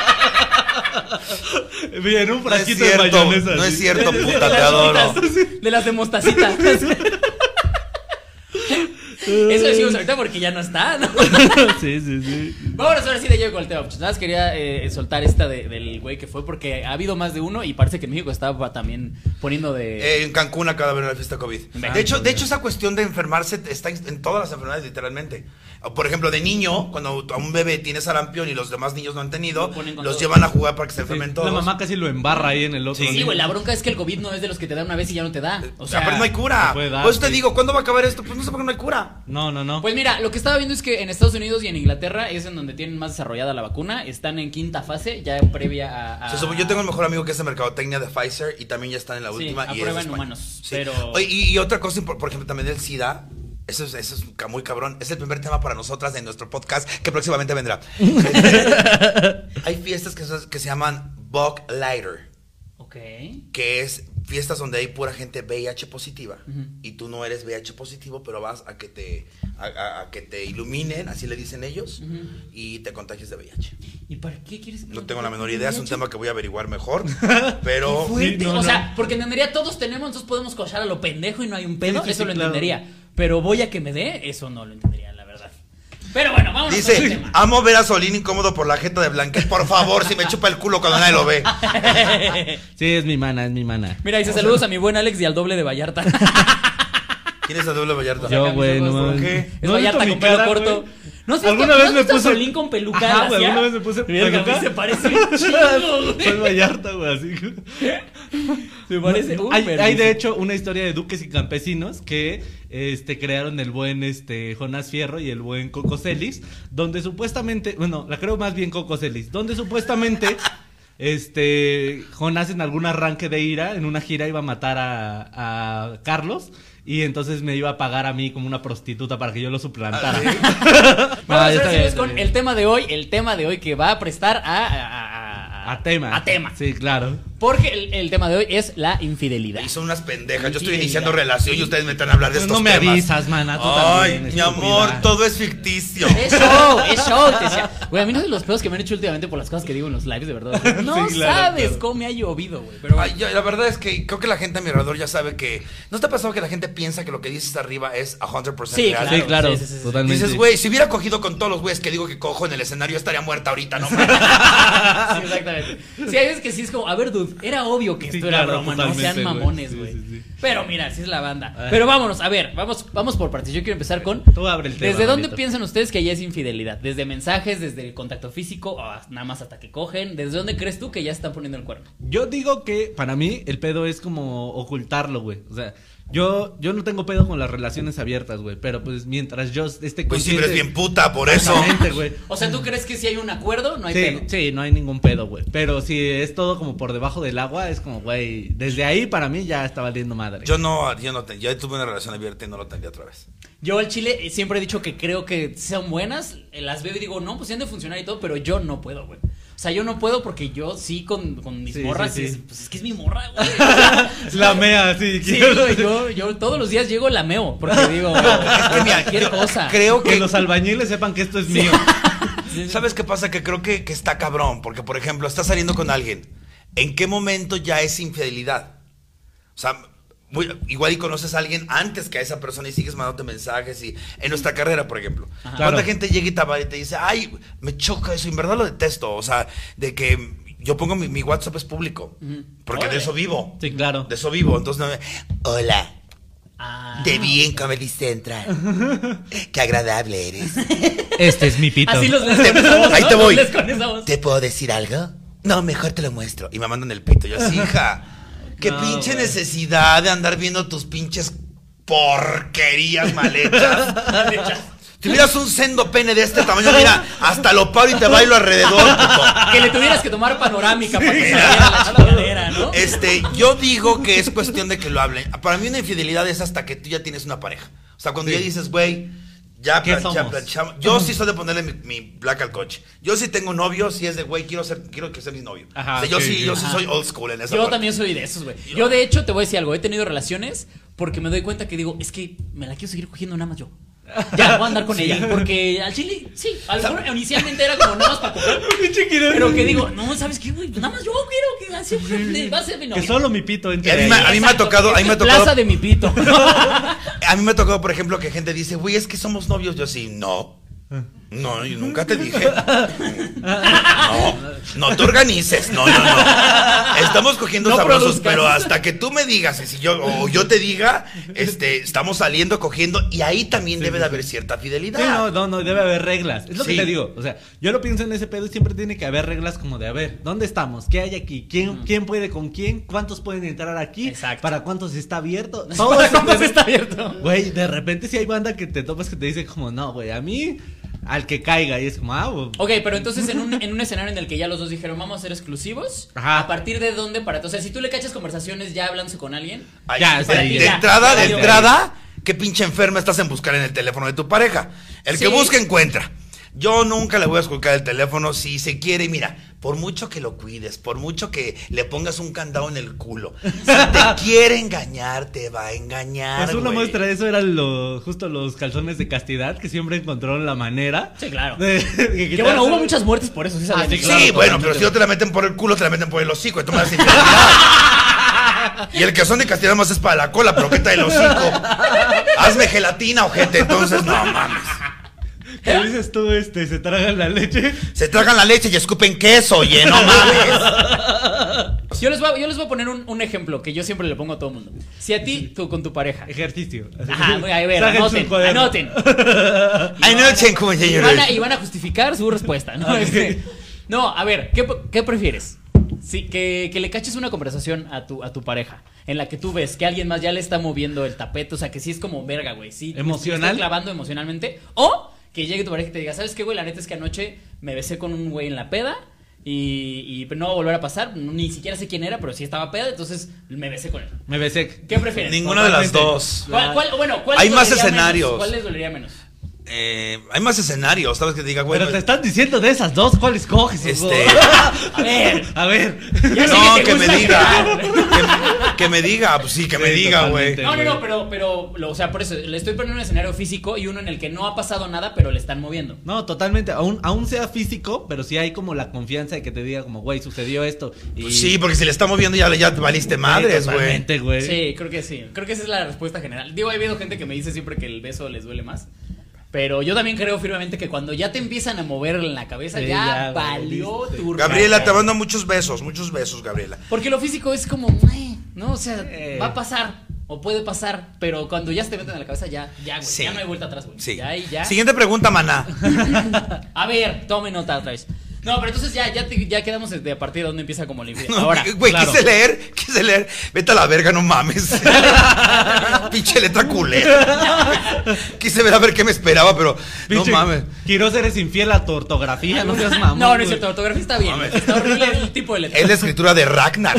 Speaker 1: Bien, un
Speaker 3: No es
Speaker 1: frasquito de
Speaker 3: cierto,
Speaker 1: mayonesa.
Speaker 3: no es
Speaker 1: sí.
Speaker 3: cierto,
Speaker 2: De
Speaker 3: puta,
Speaker 2: las
Speaker 3: te adoro.
Speaker 2: chiquitas, de las de mostacita. Eso decimos ahorita porque ya no está, ¿no?
Speaker 1: Sí, sí, sí.
Speaker 2: Vámonos ahora sí de llego con el tema. Nada más quería eh, soltar esta de, del güey que fue porque ha habido más de uno y parece que en México estaba también poniendo de...
Speaker 3: Eh, en Cancún acaba de haber una fiesta COVID.
Speaker 2: Ah,
Speaker 3: De hecho, de hecho, esa cuestión de enfermarse está en todas las enfermedades, literalmente. Por ejemplo, de niño, cuando a un bebé tiene sarampión y los demás niños no han tenido,
Speaker 2: Lo ponen con
Speaker 3: los
Speaker 2: todo.
Speaker 3: llevan a jugar para que se enfermen
Speaker 1: Sí,
Speaker 3: todos.
Speaker 1: la mamá casi lo embarra ahí en el otro.
Speaker 2: Sí,
Speaker 1: niño.
Speaker 2: güey, la bronca es que el COVID no es de los que te da una vez y ya no te da. O sea,
Speaker 3: pero no hay cura.
Speaker 1: se puede dar,
Speaker 3: Por eso te
Speaker 1: sí.
Speaker 3: digo, ¿cuándo va a acabar esto? Pues no sé por qué no hay cura.
Speaker 1: No, no, no.
Speaker 2: Pues mira, lo que estaba viendo es que en Estados Unidos y en Inglaterra es en donde tienen más desarrollada la vacuna. Están en quinta fase, ya previa a... a...
Speaker 3: Se supo- yo tengo el mejor amigo que es de mercadotecnia de Pfizer y también ya están en la
Speaker 2: Sí,
Speaker 3: última.
Speaker 2: a
Speaker 3: y
Speaker 2: prueba
Speaker 3: es
Speaker 2: en
Speaker 3: España.
Speaker 2: humanos,
Speaker 3: Sí.
Speaker 2: pero-
Speaker 3: Oye, y, y otra cosa, por, por ejemplo, también del SIDA. Eso es, eso es ca- muy cabrón. Es el primer tema para nosotras de nuestro podcast que próximamente vendrá. Hay fiestas que, se- que se llaman Bug Lighter,
Speaker 2: Ok.
Speaker 3: que es fiestas donde hay pura gente V I H positiva.
Speaker 2: Ujú.
Speaker 3: Y tú no eres V I H positivo, pero vas a que te, a, a- a que te iluminen, así le dicen ellos,
Speaker 2: Ujú.
Speaker 3: y te contagies de V I H.
Speaker 2: ¿Y para qué quieres?
Speaker 3: No tengo la menor idea, es un tema que voy a averiguar mejor, pero...
Speaker 2: Fuerte.
Speaker 1: Sí, no,
Speaker 2: o
Speaker 1: no.
Speaker 2: sea, porque entendería todos tenemos, entonces podemos cochar a lo pendejo y no hay un pedo,
Speaker 1: Sí, sí,
Speaker 2: eso
Speaker 1: sí,
Speaker 2: lo
Speaker 1: claro.
Speaker 2: entendería. Pero voy a que me dé, eso no lo entendería, la verdad. Pero bueno, vámonos con el
Speaker 3: Dice,
Speaker 2: tema.
Speaker 3: amo ver a Solín incómodo por la jeta de Blanquet. Por favor, si me chupa el culo cuando nadie lo ve.
Speaker 1: Sí, es mi mana, es mi mana.
Speaker 2: Mira, dice saludos a mi buen Alex y al doble de Vallarta.
Speaker 3: ¿Quién es el doble Vallarta?
Speaker 2: sea,
Speaker 1: Yo, güey, no
Speaker 2: ¿por
Speaker 1: mames.
Speaker 3: qué?
Speaker 2: Es
Speaker 1: ¿No has
Speaker 2: Vallarta
Speaker 1: visto
Speaker 2: con
Speaker 1: mi
Speaker 2: pelo
Speaker 1: cara,
Speaker 2: corto.
Speaker 1: güey?
Speaker 2: ¿No has visto,
Speaker 1: ¿Alguna
Speaker 2: ¿no
Speaker 1: vez
Speaker 2: has
Speaker 1: me
Speaker 2: visto a
Speaker 1: puse-
Speaker 2: Solín con peluca?
Speaker 1: Ajá, güey,
Speaker 2: hacia?
Speaker 1: alguna vez me puse
Speaker 2: Verga, a mí
Speaker 1: peluca.
Speaker 2: se parece un chingo, güey.
Speaker 1: Soy Vallarta, güey, así.
Speaker 2: Se parece un
Speaker 1: hay,
Speaker 2: verga.
Speaker 1: hay de hecho una historia de duques y campesinos que este crearon el buen este Jonás Fierro y el buen Coco Celis, donde supuestamente, bueno, la creo más bien Coco Celis, donde supuestamente este Jonás en algún arranque de ira, en una gira iba a matar a, a Carlos. Y entonces me iba a pagar a mí como una prostituta para que yo lo suplantara.
Speaker 3: ¿Ah,
Speaker 2: Vamos
Speaker 1: Ah,
Speaker 2: a
Speaker 1: ya está
Speaker 2: ver
Speaker 1: bien,
Speaker 2: con
Speaker 1: está bien.
Speaker 2: el tema de hoy, el tema de hoy que va a prestar a... A, a,
Speaker 1: A tema.
Speaker 2: A tema.
Speaker 1: Sí, claro.
Speaker 2: Porque el, el tema de hoy es la infidelidad.
Speaker 3: Y son unas pendejas. Yo estoy
Speaker 2: Infidelidad.
Speaker 3: iniciando relación y ustedes me están a hablar de
Speaker 1: Pues
Speaker 3: estos
Speaker 1: no me
Speaker 3: temas.
Speaker 1: avisas, mana, tú
Speaker 3: Ay,
Speaker 1: también,
Speaker 3: mi amor,
Speaker 1: estúpida.
Speaker 3: todo es ficticio.
Speaker 2: Es show, es show. Te decía. Güey, a mí no es de los pedos que me han hecho últimamente por las cosas que digo en los lives, de verdad. No
Speaker 1: Sí, claro,
Speaker 2: sabes
Speaker 1: claro.
Speaker 2: cómo me ha llovido, güey. Pero
Speaker 3: Ay, yo- la verdad es que creo que la gente a mi alrededor ya sabe que... ¿No te ha pasado que la gente piensa que lo que dices arriba es cien por ciento
Speaker 2: Sí,
Speaker 3: real?
Speaker 1: Sí, claro,
Speaker 2: sí, sí, sí, sí.
Speaker 1: totalmente.
Speaker 3: Dices, güey, si hubiera cogido con todos los güeyes que digo que cojo en el escenario, estaría muerta ahorita, no mames.
Speaker 2: Sí, exactamente. Sí, hay veces que sí es como, a ver, dude, era obvio que
Speaker 1: Sí,
Speaker 2: esto era
Speaker 1: claro,
Speaker 2: broma, no
Speaker 1: totalmente,
Speaker 2: sean
Speaker 1: güey.
Speaker 2: mamones,
Speaker 1: Sí,
Speaker 2: güey.
Speaker 1: sí, sí.
Speaker 2: Pero mira, así es la banda.
Speaker 1: Ay.
Speaker 2: Pero vámonos, a ver, vamos, vamos por partes. Yo quiero empezar con.
Speaker 1: Tú abre el tema,
Speaker 2: ¿Desde dónde
Speaker 1: manito.
Speaker 2: piensan ustedes que ya es infidelidad? ¿Desde mensajes, desde el contacto físico, o nada más hasta que cogen? ¿Desde dónde crees tú que ya están poniendo el cuerno?
Speaker 1: Yo digo que para mí el pedo es como ocultarlo, güey. O sea, yo, yo no tengo pedo con las relaciones abiertas, güey. Pero pues mientras yo esté
Speaker 3: Pues
Speaker 1: consciente...
Speaker 3: siempre es bien puta, por eso.
Speaker 1: Exactamente, güey.
Speaker 2: O sea, ¿tú crees que si hay un acuerdo, no hay
Speaker 1: Sí,
Speaker 2: pedo?
Speaker 1: sí, no hay ningún pedo, güey. Pero si es todo como por debajo del agua, es como, güey, desde ahí para mí ya está valiendo madre.
Speaker 3: Yo no, yo no, te- yo tuve una relación abierta y no lo tendría otra vez.
Speaker 2: Yo al chile eh, siempre he dicho que creo que son buenas, eh, las veo y digo, no, pues sí han de funcionar y todo, pero yo no puedo, güey. O sea, yo no puedo porque yo sí con, con mis
Speaker 1: Sí,
Speaker 2: morras,
Speaker 1: sí,
Speaker 2: y
Speaker 1: sí.
Speaker 2: es- pues es que es mi morra, güey.
Speaker 1: La mea, sí.
Speaker 2: Sí, güey, yo, yo todos los días llego la meo, porque digo, cualquier cosa.
Speaker 3: Creo
Speaker 1: Que
Speaker 3: que...
Speaker 1: los albañiles sepan que esto es mío.
Speaker 2: Sí, sí.
Speaker 3: ¿Sabes qué pasa? Que creo que, que está cabrón. Porque, por ejemplo, estás saliendo con alguien. ¿En qué momento ya es infidelidad? O sea, muy- igual y conoces a alguien antes que a esa persona y sigues mandándote mensajes. Y en nuestra carrera, por ejemplo.
Speaker 2: Ajá.
Speaker 3: ¿Cuánta
Speaker 1: Claro.
Speaker 3: gente llega y te, y te dice, ay, me choca eso? Y en verdad lo detesto. O sea, de que yo pongo mi, mi WhatsApp es público.
Speaker 2: Ujú.
Speaker 3: Porque
Speaker 2: Órale.
Speaker 3: de eso vivo.
Speaker 1: Sí, claro.
Speaker 3: De eso vivo. Entonces, no me- hola.
Speaker 2: Ah.
Speaker 3: Te vi en Comedy Central. Qué agradable eres.
Speaker 1: Este es mi pito.
Speaker 2: Así los lees con esa voz,
Speaker 3: Ahí
Speaker 2: ¿no?
Speaker 3: te voy.
Speaker 2: Los lees con esa voz.
Speaker 3: ¿Te puedo decir algo? No, mejor te lo muestro. Y me mandan el pito. Yo así, hija. Qué
Speaker 1: No,
Speaker 3: pinche
Speaker 1: güey.
Speaker 3: necesidad de andar viendo tus pinches porquerías mal hechas. Si tuvieras un sendo pene de este tamaño, mira, hasta lo paro y te bailo alrededor, puto.
Speaker 2: Que le tuvieras que tomar panorámica para que saliera la chingadera, ¿no?
Speaker 3: Este, yo digo que es cuestión de que lo hablen. Para mí una infidelidad es hasta que tú ya tienes una pareja. O sea, cuando
Speaker 1: Sí.
Speaker 3: ya dices, güey, ya,
Speaker 1: ¿Qué
Speaker 3: plan- ya
Speaker 1: somos?
Speaker 3: planchamos. Yo sí soy de ponerle mi, mi black al coche. Yo sí tengo novio, sí es de, güey, quiero ser, quiero que sea mi novio.
Speaker 1: Ajá,
Speaker 3: O sea, yo
Speaker 1: ok,
Speaker 3: sí,
Speaker 1: ok.
Speaker 3: yo sí
Speaker 2: Ajá.
Speaker 3: soy old school en esa
Speaker 2: Yo
Speaker 3: parte.
Speaker 2: también soy de esos, güey. Yo, de hecho, te voy a decir algo. He tenido relaciones porque me doy cuenta que digo, es que me la quiero seguir cogiendo nada más yo. Ya, voy a andar con ella. Porque al chile, sí, a lo mejor inicialmente era como nada más para coger. Pero que digo, no, ¿sabes qué, güey? Nada más yo quiero que así va a ser mi novia.
Speaker 1: Que solo mi pito entre
Speaker 3: Y a mí, me- a mí me ha tocado, a mí me ha tocado,
Speaker 2: Plaza de mi pito.
Speaker 3: a mí me ha tocado, por ejemplo, que gente dice, güey, es que somos novios. Yo sí, no. No, yo nunca te dije. No, no te organices. No, no, no. Estamos cogiendo
Speaker 2: No
Speaker 3: sabrosos,
Speaker 2: produzcas.
Speaker 3: pero hasta que tú me digas, y si yo o yo te diga, este, estamos saliendo, cogiendo, y ahí también
Speaker 1: Sí,
Speaker 3: debe
Speaker 1: sí,
Speaker 3: de
Speaker 1: sí.
Speaker 3: haber cierta fidelidad.
Speaker 1: Sí, no, no, no, debe haber reglas. Es lo
Speaker 3: Sí.
Speaker 1: que te digo. O sea, yo lo pienso en ese pedo y siempre tiene que haber reglas como de, a ver, ¿dónde estamos? ¿Qué hay aquí? ¿Quién, quién puede con quién? ¿Cuántos pueden entrar aquí?
Speaker 2: Exacto.
Speaker 1: ¿Para cuántos está abierto? Todo eso
Speaker 2: ¿Cómo
Speaker 1: debe-
Speaker 2: está abierto?
Speaker 1: Güey, de repente si hay banda que te topas que te dice como, no, güey, a mí, al que caiga. Y es como, ah, güey.
Speaker 2: Ok, pero entonces en un, en un escenario en el que ya los dos dijeron vamos a ser exclusivos,
Speaker 1: Ajá.
Speaker 2: ¿a partir de dónde para? O sea, si tú le cachas conversaciones ya hablándose con alguien,
Speaker 3: Ay,
Speaker 1: Ya,
Speaker 3: de,
Speaker 1: está ahí,
Speaker 3: de
Speaker 2: ya.
Speaker 3: entrada, de
Speaker 2: Ya,
Speaker 3: entrada, qué pinche enferma estás en buscar en el teléfono de tu pareja. El que
Speaker 2: Sí.
Speaker 3: busca encuentra. Yo nunca le voy a esculcar el teléfono si se quiere. Mira, por mucho que lo cuides, por mucho que le pongas un candado en el culo, si te quiere engañar, te va a engañar.
Speaker 1: Pues una
Speaker 3: güey.
Speaker 1: muestra de eso eran los, justo los calzones de castidad que siempre encontraron la manera.
Speaker 2: Sí, claro.
Speaker 1: de- de
Speaker 2: que
Speaker 1: quitarse-
Speaker 2: bueno, hubo muchas muertes por eso, sí sabían.
Speaker 1: Ah, sí,
Speaker 3: Sí,
Speaker 1: claro,
Speaker 3: bueno,
Speaker 1: totalmente.
Speaker 3: pero si no te la meten por el culo, te la meten por el hocico y tú me das infidelidad. Y el calzón de castidad más es para la cola, pero ¿qué tal el hocico? Hazme gelatina, ojete, entonces no mames.
Speaker 1: ¿Qué dices tú, este, se tragan la leche?
Speaker 3: Se tragan la leche y escupen queso, oye, no mames.
Speaker 2: Yo les voy a, yo les voy a poner un, un ejemplo que yo siempre le pongo a todo el mundo. Si a ti, tú con tu pareja.
Speaker 1: Ejercicio. Así
Speaker 2: Ajá,
Speaker 1: que-
Speaker 2: voy a ver,
Speaker 1: Saquen su
Speaker 2: anoten,
Speaker 1: cuaderno.
Speaker 2: anoten.
Speaker 3: Anochen,
Speaker 2: Y
Speaker 3: compañeros.
Speaker 2: van, a, y van a justificar su respuesta, ¿no? Este, no, a ver, ¿qué, qué prefieres? Sí, que, que le caches una conversación a tu, a tu pareja en la que tú ves que alguien más ya le está moviendo el tapete, o sea, que sí es como verga, güey, sí. me
Speaker 1: ¿Emocional?
Speaker 2: estoy clavando emocionalmente. O que llegue tu pareja y te diga, ¿sabes qué, güey? La neta es que anoche me besé con un güey en la peda y, y no va a volver a pasar, ni siquiera sé quién era, pero sí estaba peda, entonces me besé con él.
Speaker 1: Me besé.
Speaker 2: ¿Qué prefieres?
Speaker 3: Ninguna de las
Speaker 1: Totalmente.
Speaker 3: dos.
Speaker 2: ¿Cuál, cuál- bueno, ¿cuál
Speaker 3: Hay
Speaker 2: les
Speaker 3: más
Speaker 2: dolería
Speaker 3: escenarios.
Speaker 2: menos? ¿Cuál les dolería menos?
Speaker 3: Eh, hay más escenarios, ¿sabes? Que te diga, güey.
Speaker 1: Pero te
Speaker 3: pues,
Speaker 1: están diciendo de esas dos, ¿cuál escoges?
Speaker 3: Este-
Speaker 2: A ver.
Speaker 1: A ver.
Speaker 2: Ya sé
Speaker 3: no,
Speaker 2: que te
Speaker 3: que me
Speaker 2: gusta
Speaker 3: diga.
Speaker 2: cagar.
Speaker 3: Que, que me diga, pues sí, que me
Speaker 1: Sí,
Speaker 3: diga, güey.
Speaker 1: totalmente.
Speaker 2: No, no, no, pero, pero, lo- o sea, por eso, le estoy poniendo un escenario físico y uno en el que no ha pasado nada, pero le están moviendo.
Speaker 1: No, totalmente. Aún, aún sea físico, pero sí hay como la confianza de que te diga como, güey, sucedió esto. Y...
Speaker 3: Pues sí, porque si le está moviendo ya, ya te valiste madres, güey.
Speaker 1: Totalmente, güey.
Speaker 2: Sí, creo que sí. Creo que esa es la respuesta general. Digo, he habido gente que me dice siempre que el beso les duele más. Pero yo también creo firmemente que cuando ya te empiezan a mover en la cabeza,
Speaker 1: Sí,
Speaker 2: ya,
Speaker 1: ya,
Speaker 2: valió
Speaker 1: valiste.
Speaker 2: tu
Speaker 3: Gabriela,
Speaker 2: raca.
Speaker 3: te mando muchos besos, muchos besos, Gabriela.
Speaker 2: Porque lo físico es como, "Ay", ¿no? O sea,
Speaker 1: Eh.
Speaker 2: va a pasar. O puede pasar, pero cuando ya se te meten en la cabeza, ya, ya, güey.
Speaker 3: Sí.
Speaker 2: Ya no hay vuelta atrás, güey.
Speaker 3: Sí.
Speaker 2: Ya, ahí, ya.
Speaker 3: Siguiente pregunta, maná.
Speaker 2: A ver, tome nota otra vez. No, pero entonces ya, ya, te- ya quedamos de a partir de donde empieza como la infidelidad.
Speaker 3: No,
Speaker 2: Ahora,
Speaker 3: güey,
Speaker 2: claro.
Speaker 3: quise leer, quise leer. Vete a la verga, no mames. Pinche letra culera. Quise ver a ver qué me esperaba, pero
Speaker 1: Pinche,
Speaker 3: no mames.
Speaker 1: Quiroz, eres infiel a tu ortografía, no seas mamón.
Speaker 2: No, no es
Speaker 1: güey.
Speaker 2: cierto, la ortografía está bien.
Speaker 3: Mames.
Speaker 2: Está horrible el tipo de letra.
Speaker 3: Es la escritura de Ragnar.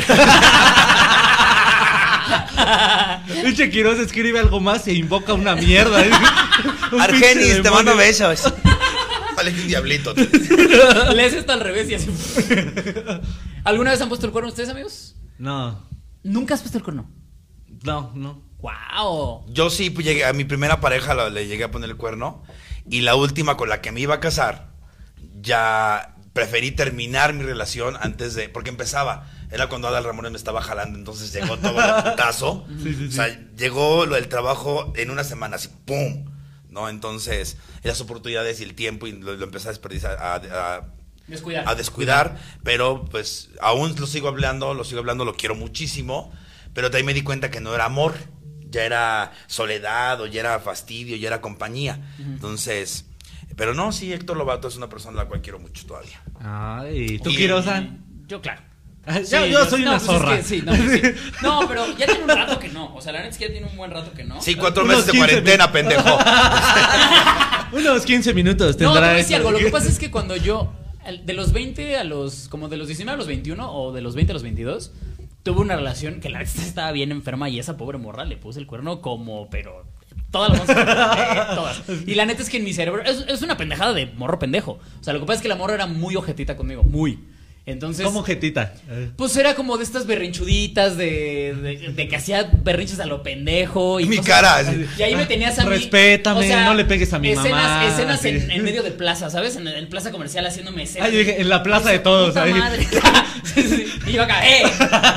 Speaker 1: Pinche Quiroz escribe algo más e invoca una mierda. Un pinche
Speaker 3: Argenis, te
Speaker 1: demonio.
Speaker 3: mando besos. Vale, un diablito.
Speaker 2: Lees esto al revés y así. ¿Alguna vez han puesto el cuerno ustedes, amigos?
Speaker 1: No,
Speaker 2: Nunca has puesto el cuerno.
Speaker 1: no, no.
Speaker 2: ¡Wow!
Speaker 3: Yo sí pues, llegué a mi primera pareja, la- le llegué a poner el cuerno. Y la última con la que me iba a casar, ya preferí terminar mi relación antes de. Porque empezaba. Era cuando Adal Ramones me estaba jalando, entonces llegó todo el putazo.
Speaker 1: Sí, sí,
Speaker 3: O sea, llegó lo del trabajo en una semana, así, ¡pum! ¿No? Entonces, las oportunidades y el tiempo, y lo, lo empecé a desperdiciar, a, a,
Speaker 2: Descuidar.
Speaker 3: a descuidar, pero pues aún lo sigo hablando, lo sigo hablando, lo quiero muchísimo, pero de ahí me di cuenta que no era amor, ya era soledad, o ya era fastidio, ya era compañía. Entonces, pero no, sí, Héctor Lobato es una persona a la cual quiero mucho todavía.
Speaker 1: Ay, ¿tú,
Speaker 3: Y-
Speaker 1: Quiroza?
Speaker 2: Yo, claro.
Speaker 1: Yo,
Speaker 2: Sí,
Speaker 1: yo soy
Speaker 2: no,
Speaker 1: una
Speaker 2: pues es
Speaker 1: zorra.
Speaker 2: que sí, no, pues sí. No, pero ya tiene un rato que no. O sea, la neta es que ya tiene un buen rato que no.
Speaker 3: Sí, cuatro
Speaker 1: Unos
Speaker 3: meses de
Speaker 1: quince
Speaker 3: cuarentena, pendejo.
Speaker 1: Unos quince minutos
Speaker 2: No, te
Speaker 1: tendrá
Speaker 2: voy a decir
Speaker 1: eso.
Speaker 2: algo. Lo que pasa es que cuando yo, al- de los veinte a los, como de los diecinueve a los veintiuno o de los veinte a los veintidós, tuve una relación que la neta estaba bien enferma y esa pobre morra le puse el cuerno como, pero todas las once, todas. Y la neta es que en mi cerebro, es, es una pendejada de morro pendejo. O sea, lo que pasa es que la morra era muy objetita conmigo, muy. Entonces,
Speaker 1: ¿Cómo jetita?
Speaker 2: pues era como de estas berrinchuditas de, de, de que hacía berrinches a lo pendejo. Y
Speaker 3: Mi
Speaker 2: cosas,
Speaker 3: cara, así.
Speaker 2: Y ahí me tenías a mí.
Speaker 1: Respétame, no le pegues a mi
Speaker 2: escenas,
Speaker 1: mamá.
Speaker 2: Escenas
Speaker 1: así.
Speaker 2: en, en medio de plaza, ¿sabes? En, en plaza comercial haciéndome escenas.
Speaker 1: Ah, yo dije, en la plaza de todos.
Speaker 2: Puta
Speaker 1: Ahí.
Speaker 2: madre. Sí, sí. Y yo acá, ¡eh!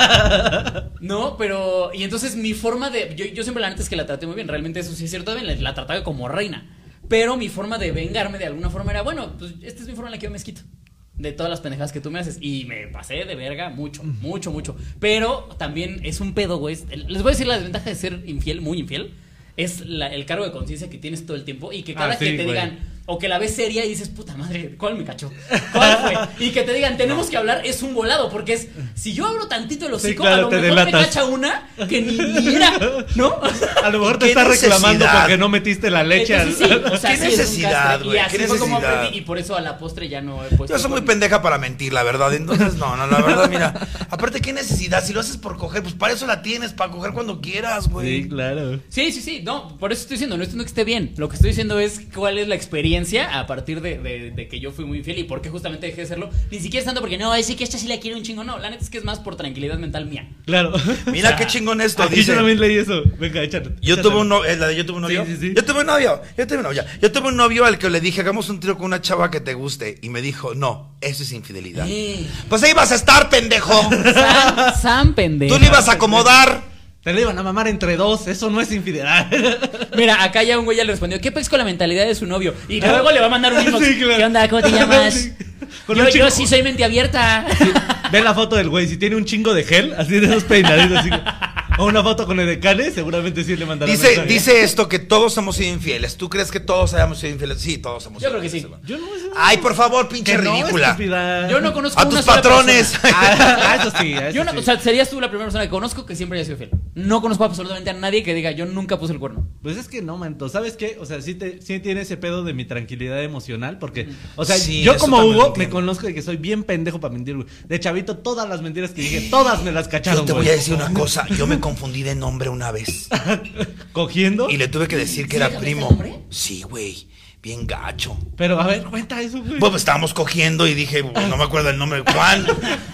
Speaker 2: No, pero. Y entonces mi forma de. Yo, yo siempre la neta es que la traté muy bien. Realmente eso sí es cierto. La, la trataba como reina. Pero mi forma de vengarme de alguna forma era, bueno, pues esta es mi forma en la que yo me esquito de todas las pendejadas que tú me haces. Y me pasé de verga mucho, mucho, mucho. Pero también es un pedo, güey. Les voy a decir la desventaja de ser infiel, muy infiel. Es la, el cargo de conciencia que tienes todo el tiempo. Y que cada
Speaker 1: Ah, sí,
Speaker 2: que te
Speaker 1: güey.
Speaker 2: digan, o que la ves seria y dices, puta madre, ¿cuál me cachó? ¿Cuál fue? Y que te digan, tenemos que hablar, es un volado. Porque es, si yo abro tantito el hocico,
Speaker 1: Sí, claro,
Speaker 2: a lo
Speaker 1: te
Speaker 2: mejor me
Speaker 1: delatas.
Speaker 2: cacha una que ni, ni era, ¿no?
Speaker 1: A lo mejor te
Speaker 3: ¿Qué
Speaker 1: está reclamando
Speaker 3: necesidad?
Speaker 1: porque no metiste la leche.
Speaker 2: Entonces, sí, o sea,
Speaker 3: ¿Qué
Speaker 2: sí, es un
Speaker 3: necesidad,
Speaker 2: castre.
Speaker 3: güey?
Speaker 2: Y así
Speaker 3: ¿Qué
Speaker 2: fue como
Speaker 3: necesidad?
Speaker 2: aprendí. Y por eso a la postre ya no he puesto.
Speaker 3: Yo soy muy
Speaker 2: con-
Speaker 3: pendeja para mentir, la verdad. Entonces, no, no, la verdad, mira. Aparte, ¿qué necesidad? Si lo haces por coger, pues para eso la tienes, para coger cuando quieras, güey.
Speaker 1: Sí, claro.
Speaker 2: Sí, sí, sí, no, por eso estoy diciendo, no estoy diciendo que esté bien. Lo que estoy diciendo es cuál es la experiencia a partir de, de, de que yo fui muy infiel y por qué justamente dejé de serlo. Ni siquiera es tanto porque no, es que esta sí la quiero un chingo, no. La neta es que es más por tranquilidad mental mía.
Speaker 1: Claro.
Speaker 3: Mira
Speaker 2: O sea,
Speaker 3: qué chingón esto,
Speaker 1: Aquí
Speaker 3: dice.
Speaker 1: yo también leí eso. Venga, échate.
Speaker 3: Yo
Speaker 1: échatelo.
Speaker 3: tuve un novio, la de yo tuve un novio.
Speaker 1: Sí, sí, sí.
Speaker 3: Yo tuve un novio, yo tuve un novio. Yo tuve un novio al que le dije, hagamos un trío con una chava que te guste. Y me dijo, no, eso es infidelidad.
Speaker 2: Eh.
Speaker 3: Pues ahí vas a estar, pendejo.
Speaker 2: San, San pendejo.
Speaker 3: Tú le ibas a acomodar.
Speaker 1: Te le iban a mamar entre dos, eso no es infidelidad.
Speaker 2: Mira, acá ya un güey ya le respondió, ¿qué pues con la mentalidad de su novio? Y luego le va a mandar un inbox.
Speaker 1: Sí, claro.
Speaker 2: ¿Qué onda? ¿Cómo te llamas?
Speaker 1: Sí. Con
Speaker 2: Yo,
Speaker 1: un chico-
Speaker 2: yo sí soy mente abierta.
Speaker 1: Ve la foto del güey, si tiene un chingo de gel, así de esos peinaditos, así. O una foto con el decane, seguramente sí le mandará
Speaker 3: Dice,
Speaker 1: mensaje.
Speaker 3: dice esto que todos hemos sido infieles. ¿Tú crees que todos hayamos sido infieles? Sí, todos hemos
Speaker 2: Yo
Speaker 3: sido
Speaker 2: creo que
Speaker 3: infieles.
Speaker 2: sí.
Speaker 1: Yo no sé.
Speaker 3: Ay, por favor, pinche
Speaker 1: Que no,
Speaker 3: ridícula.
Speaker 1: estúpida.
Speaker 2: Yo no conozco
Speaker 3: A
Speaker 2: una
Speaker 3: tus
Speaker 2: sola
Speaker 3: patrones.
Speaker 2: persona.
Speaker 1: Ah, ah, eso sí, a eso
Speaker 2: Yo no,
Speaker 1: sí.
Speaker 2: o sea, serías tú la primera persona que conozco que siempre haya sido fiel. No conozco absolutamente a nadie que diga, yo nunca puse el cuerno.
Speaker 1: Pues es que no, manto, ¿sabes qué? O sea, sí, te, sí tiene ese pedo de mi tranquilidad emocional, porque, o sea,
Speaker 3: Sí,
Speaker 1: yo
Speaker 3: eso
Speaker 1: como
Speaker 3: también lo
Speaker 1: Hugo me
Speaker 3: entiendo.
Speaker 1: conozco de que soy bien pendejo para mentir, güey. De chavito, todas las mentiras que dije, todas me las cacharon,
Speaker 3: Yo te
Speaker 1: güey.
Speaker 3: voy a decir una cosa. Yo me confundí de nombre una vez.
Speaker 1: Cogiendo,
Speaker 3: Y le tuve que decir que
Speaker 2: ¿Sí
Speaker 3: era
Speaker 2: le cambiaste
Speaker 3: primo.
Speaker 2: el nombre?
Speaker 3: Sí, güey. Bien gacho.
Speaker 1: pero a ver, cuenta eso, güey.
Speaker 3: Pues estábamos cogiendo y dije, no me acuerdo el nombre. Juan.